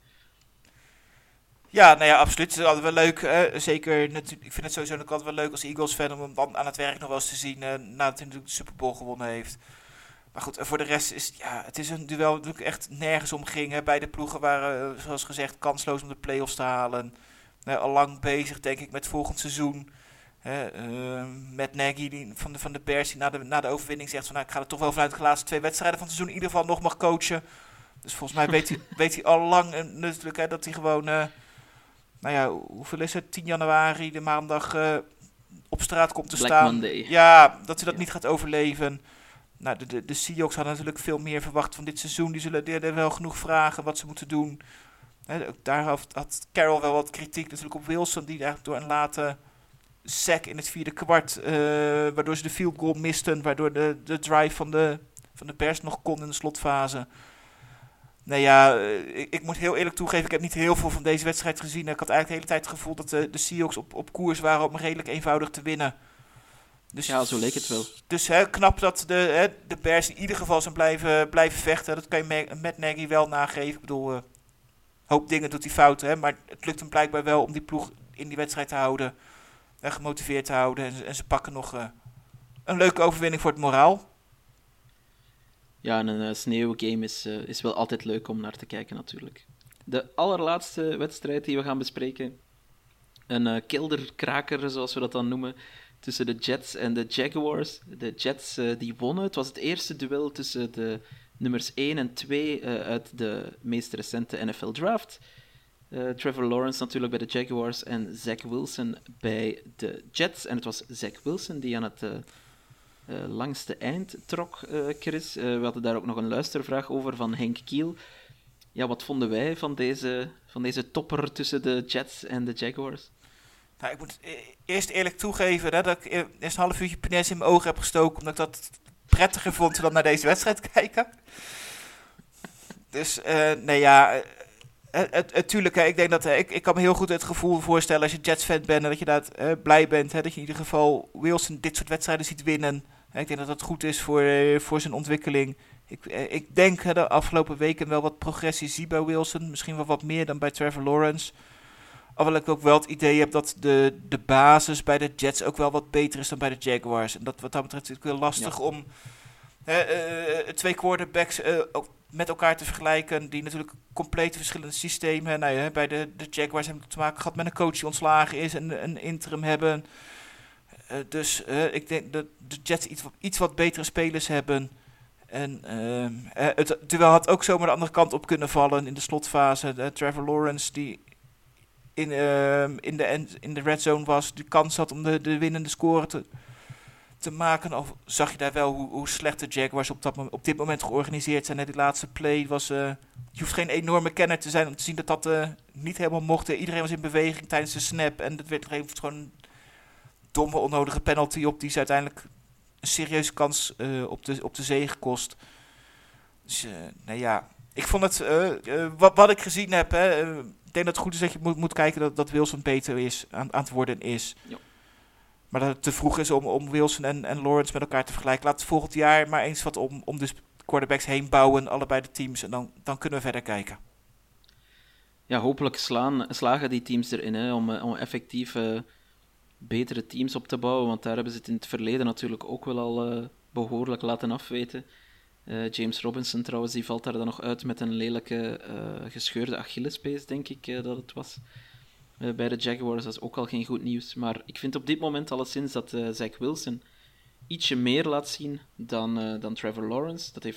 Ja, nou ja, absoluut. Het is altijd wel leuk. Hè? Zeker, natuurlijk, ik vind het sowieso ook altijd wel leuk als Eagles-fan om hem dan aan het werk nog wel eens te zien uh, nadat hij natuurlijk de Super Bowl gewonnen heeft. Maar goed, voor de rest is ja, het is een duel dat natuurlijk echt nergens om ging. Hè? Beide ploegen waren, uh, zoals gezegd, kansloos om de play-offs te halen. Uh, al lang bezig, denk ik, met volgend seizoen. Uh, uh, met Nagy die, van, de, van de Bears, die na de, na de overwinning zegt van, nou, ik ga er toch wel vanuit de laatste twee wedstrijden van het seizoen in ieder geval nog mag coachen. Dus volgens mij weet hij, weet hij al lang uh, natuurlijk hè, dat hij gewoon... Uh, Nou ja, hoeveel is het? tien januari, de maandag, uh, op straat komt te Black staan. Monday. Ja, dat hij dat ja. niet gaat overleven. Nou, de, de, de Seahawks hadden natuurlijk veel meer verwacht van dit seizoen. Die zullen er wel genoeg vragen wat ze moeten doen. He, daar had, had Carroll wel wat kritiek natuurlijk op Wilson, die eigenlijk door een late sack in het vierde kwart, uh, waardoor ze de field goal misten, waardoor de, de drive van de, van de Bears nog kon in de slotfase. Nou ja, ik, ik moet heel eerlijk toegeven, ik heb niet heel veel van deze wedstrijd gezien. Ik had eigenlijk de hele tijd het gevoel dat de, de Seahawks op, op koers waren om redelijk eenvoudig te winnen. Dus, ja, zo leek het wel. Dus hè, knap dat de, hè, de Bears in ieder geval zijn blijven, blijven vechten. Dat kan je met Nagy wel nageven. Ik bedoel, uh, hoop dingen doet hij fout, hè, maar het lukt hem blijkbaar wel om die ploeg in die wedstrijd te houden. En gemotiveerd te houden. En, en ze pakken nog uh, een leuke overwinning voor het moraal. Ja, en een uh, sneeuwgame is, uh, is wel altijd leuk om naar te kijken natuurlijk. De allerlaatste wedstrijd die we gaan bespreken. Een uh, kelderkraker, zoals we dat dan noemen. Tussen de Jets en de Jaguars. De Jets uh, die wonnen. Het was het eerste duel tussen de nummers één en twee uh, uit de meest recente N F L draft. Uh, Trevor Lawrence natuurlijk bij de Jaguars en Zach Wilson bij de Jets. En het was Zach Wilson die aan het... Uh, Uh, langste eind trok, uh, Chris. Uh, we hadden daar ook nog een luistervraag over van Henk Kiel. Ja, wat vonden wij van deze, van deze topper tussen de Jets en de Jaguars? Nou, ik moet eerst eerlijk toegeven hè, dat ik eerst een half uurtje Pines in mijn ogen heb gestoken, omdat ik dat prettiger vond dan naar deze wedstrijd kijken. Dus, uh, nee ja... Natuurlijk, ik denk dat ik, ik kan me heel goed het gevoel voorstellen als je Jets-fan bent en dat je daar uh, blij bent, hè, dat je in ieder geval Wilson dit soort wedstrijden ziet winnen. Ik denk dat dat goed is voor, uh, voor zijn ontwikkeling. Ik, uh, ik denk uh, de afgelopen weken wel wat progressie zie bij Wilson, misschien wel wat meer dan bij Trevor Lawrence. Alhoewel ik ook wel het idee heb dat de, de basis bij de Jets ook wel wat beter is dan bij de Jaguars. En dat wat dat betreft is het wel lastig ja. om uh, uh, twee quarterbacks uh, met elkaar te vergelijken, die natuurlijk compleet verschillende systemen hebben. Nou ja, bij de, de Jaguars hebben we te maken gehad met een coach die ontslagen is en een interim hebben. Uh, dus uh, ik denk dat de Jets iets, iets wat betere spelers hebben. En uh, uh, het duel had ook zomaar de andere kant op kunnen vallen in de slotfase. Uh, Trevor Lawrence die in, uh, in, de end, in de red zone was, die kans had om de, de winnende score te... te maken, of zag je daar wel hoe, hoe slecht de Jaguars op, dat, op dit moment georganiseerd zijn. En die laatste play was... Uh, je hoeft geen enorme kenner te zijn om te zien dat dat uh, niet helemaal mocht. Iedereen was in beweging tijdens de snap en dat werd gewoon een domme, onnodige penalty op die ze uiteindelijk een serieuze kans uh, op, de, op de zege gekost. Dus, uh, nou ja, ik vond het... Uh, uh, wat, wat ik gezien heb, hè, uh, ik denk dat het goed is dat je moet, moet kijken dat, dat Wilson beter is, aan, aan het worden is. Ja. Maar dat het te vroeg is om, om Wilson en, en Lawrence met elkaar te vergelijken. Laat het volgend jaar maar eens wat om, om de quarterbacks heen bouwen, allebei de teams. En dan, dan kunnen we verder kijken. Ja, hopelijk slaan, slagen die teams erin hè, om, om effectief uh, betere teams op te bouwen. Want daar hebben ze het in het verleden natuurlijk ook wel al uh, behoorlijk laten afweten. Uh, James Robinson trouwens, die valt daar dan nog uit met een lelijke uh, gescheurde Achillespees, denk ik uh, dat het was. Uh, bij de Jaguars, dat is ook al geen goed nieuws. Maar ik vind op dit moment alleszins dat uh, Zach Wilson ietsje meer laat zien dan, uh, dan Trevor Lawrence. Dat heeft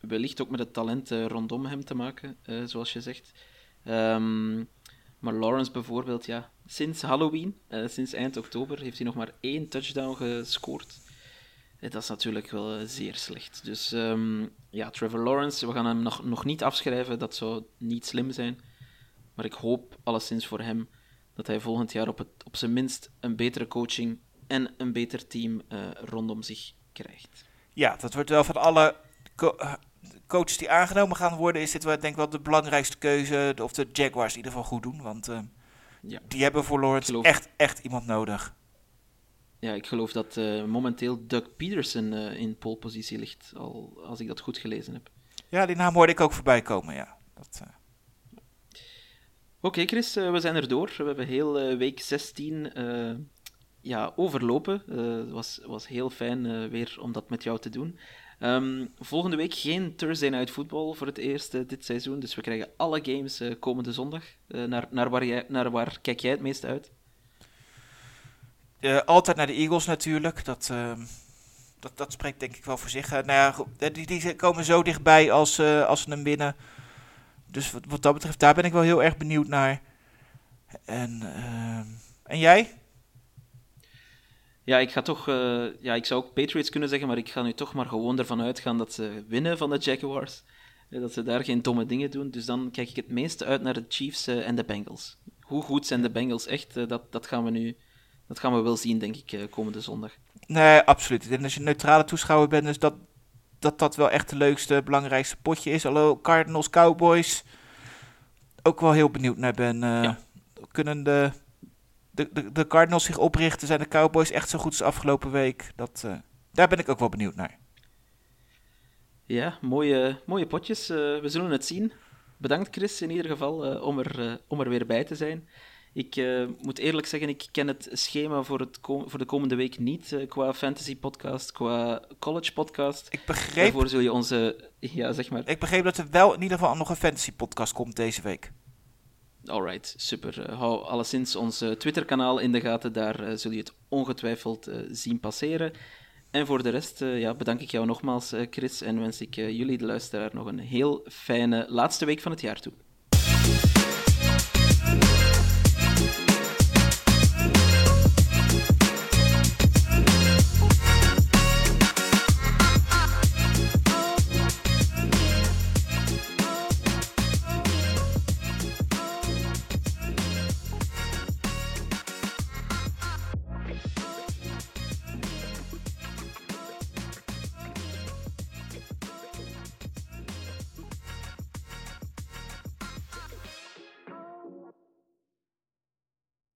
wellicht ook met het talent uh, rondom hem te maken, uh, zoals je zegt. Um, maar Lawrence bijvoorbeeld, ja, sinds Halloween, uh, sinds eind oktober, heeft hij nog maar één touchdown gescoord. Uh, dat is natuurlijk wel uh, zeer slecht. Dus um, ja, Trevor Lawrence, we gaan hem nog, nog niet afschrijven, dat zou niet slim zijn. Maar ik hoop alleszins voor hem dat hij volgend jaar op, het, op zijn minst een betere coaching en een beter team uh, rondom zich krijgt. Ja, dat wordt wel van alle co- coaches die aangenomen gaan worden, is dit wel, denk ik wel de belangrijkste keuze, of de Jaguars in ieder geval goed doen, want uh, ja. die hebben voor Lawrence geloof... echt, echt iemand nodig. Ja, ik geloof dat uh, momenteel Doug Peterson uh, in polepositie ligt, al, als ik dat goed gelezen heb. Ja, die naam hoorde ik ook voorbij komen, ja. Dat, uh... Oké, okay, Chris, uh, we zijn er door. We hebben heel uh, week zestien uh, ja, overlopen. Uh, het was, was heel fijn uh, weer om dat met jou te doen. Um, volgende week geen Thursday Night Football voor het eerst uh, dit seizoen. Dus we krijgen alle games uh, komende zondag. Uh, naar, naar, waar jij, naar waar kijk jij het meest uit? Uh, altijd naar de Eagles natuurlijk. Dat, uh, dat, dat spreekt denk ik wel voor zich. Uh, nou ja, die, die komen zo dichtbij als, uh, als ze hem winnen. Dus wat, wat dat betreft, daar ben ik wel heel erg benieuwd naar. En, uh, en jij? Ja, ik ga toch... Uh, ja, ik zou ook Patriots kunnen zeggen, maar ik ga nu toch maar gewoon ervan uitgaan dat ze winnen van de Jaguars. Uh, dat ze daar geen domme dingen doen. Dus dan kijk ik het meeste uit naar de Chiefs uh, en de Bengals. Hoe goed zijn de Bengals echt? Uh, dat, dat gaan we nu... Dat gaan we wel zien, denk ik, uh, komende zondag. Nee, absoluut. En als je een neutrale toeschouwer bent, dus dat... dat dat wel echt de leukste, belangrijkste potje is. Alhoewel Cardinals, Cowboys ook wel heel benieuwd naar ben. Uh, ja. Kunnen de, de, de, de Cardinals zich oprichten? Zijn de Cowboys echt zo goed als afgelopen week? Dat, uh, daar ben ik ook wel benieuwd naar. Ja, mooie, mooie potjes. Uh, we zullen het zien. Bedankt Chris in ieder geval uh, om, er, uh, om er weer bij te zijn. Ik uh, moet eerlijk zeggen, ik ken het schema voor, het kom- voor de komende week niet, uh, qua fantasy podcast, qua college podcast. Ik begreep... Daarvoor zul je onze... Ja, zeg maar. Ik begreep dat er wel in ieder geval nog een fantasy podcast komt deze week. Alright, super. Uh, hou alleszins ons uh, Twitter-kanaal in de gaten, daar uh, zul je het ongetwijfeld uh, zien passeren. En voor de rest uh, ja, bedank ik jou nogmaals, uh, Chris, en wens ik uh, jullie, de luisteraar, nog een heel fijne laatste week van het jaar toe.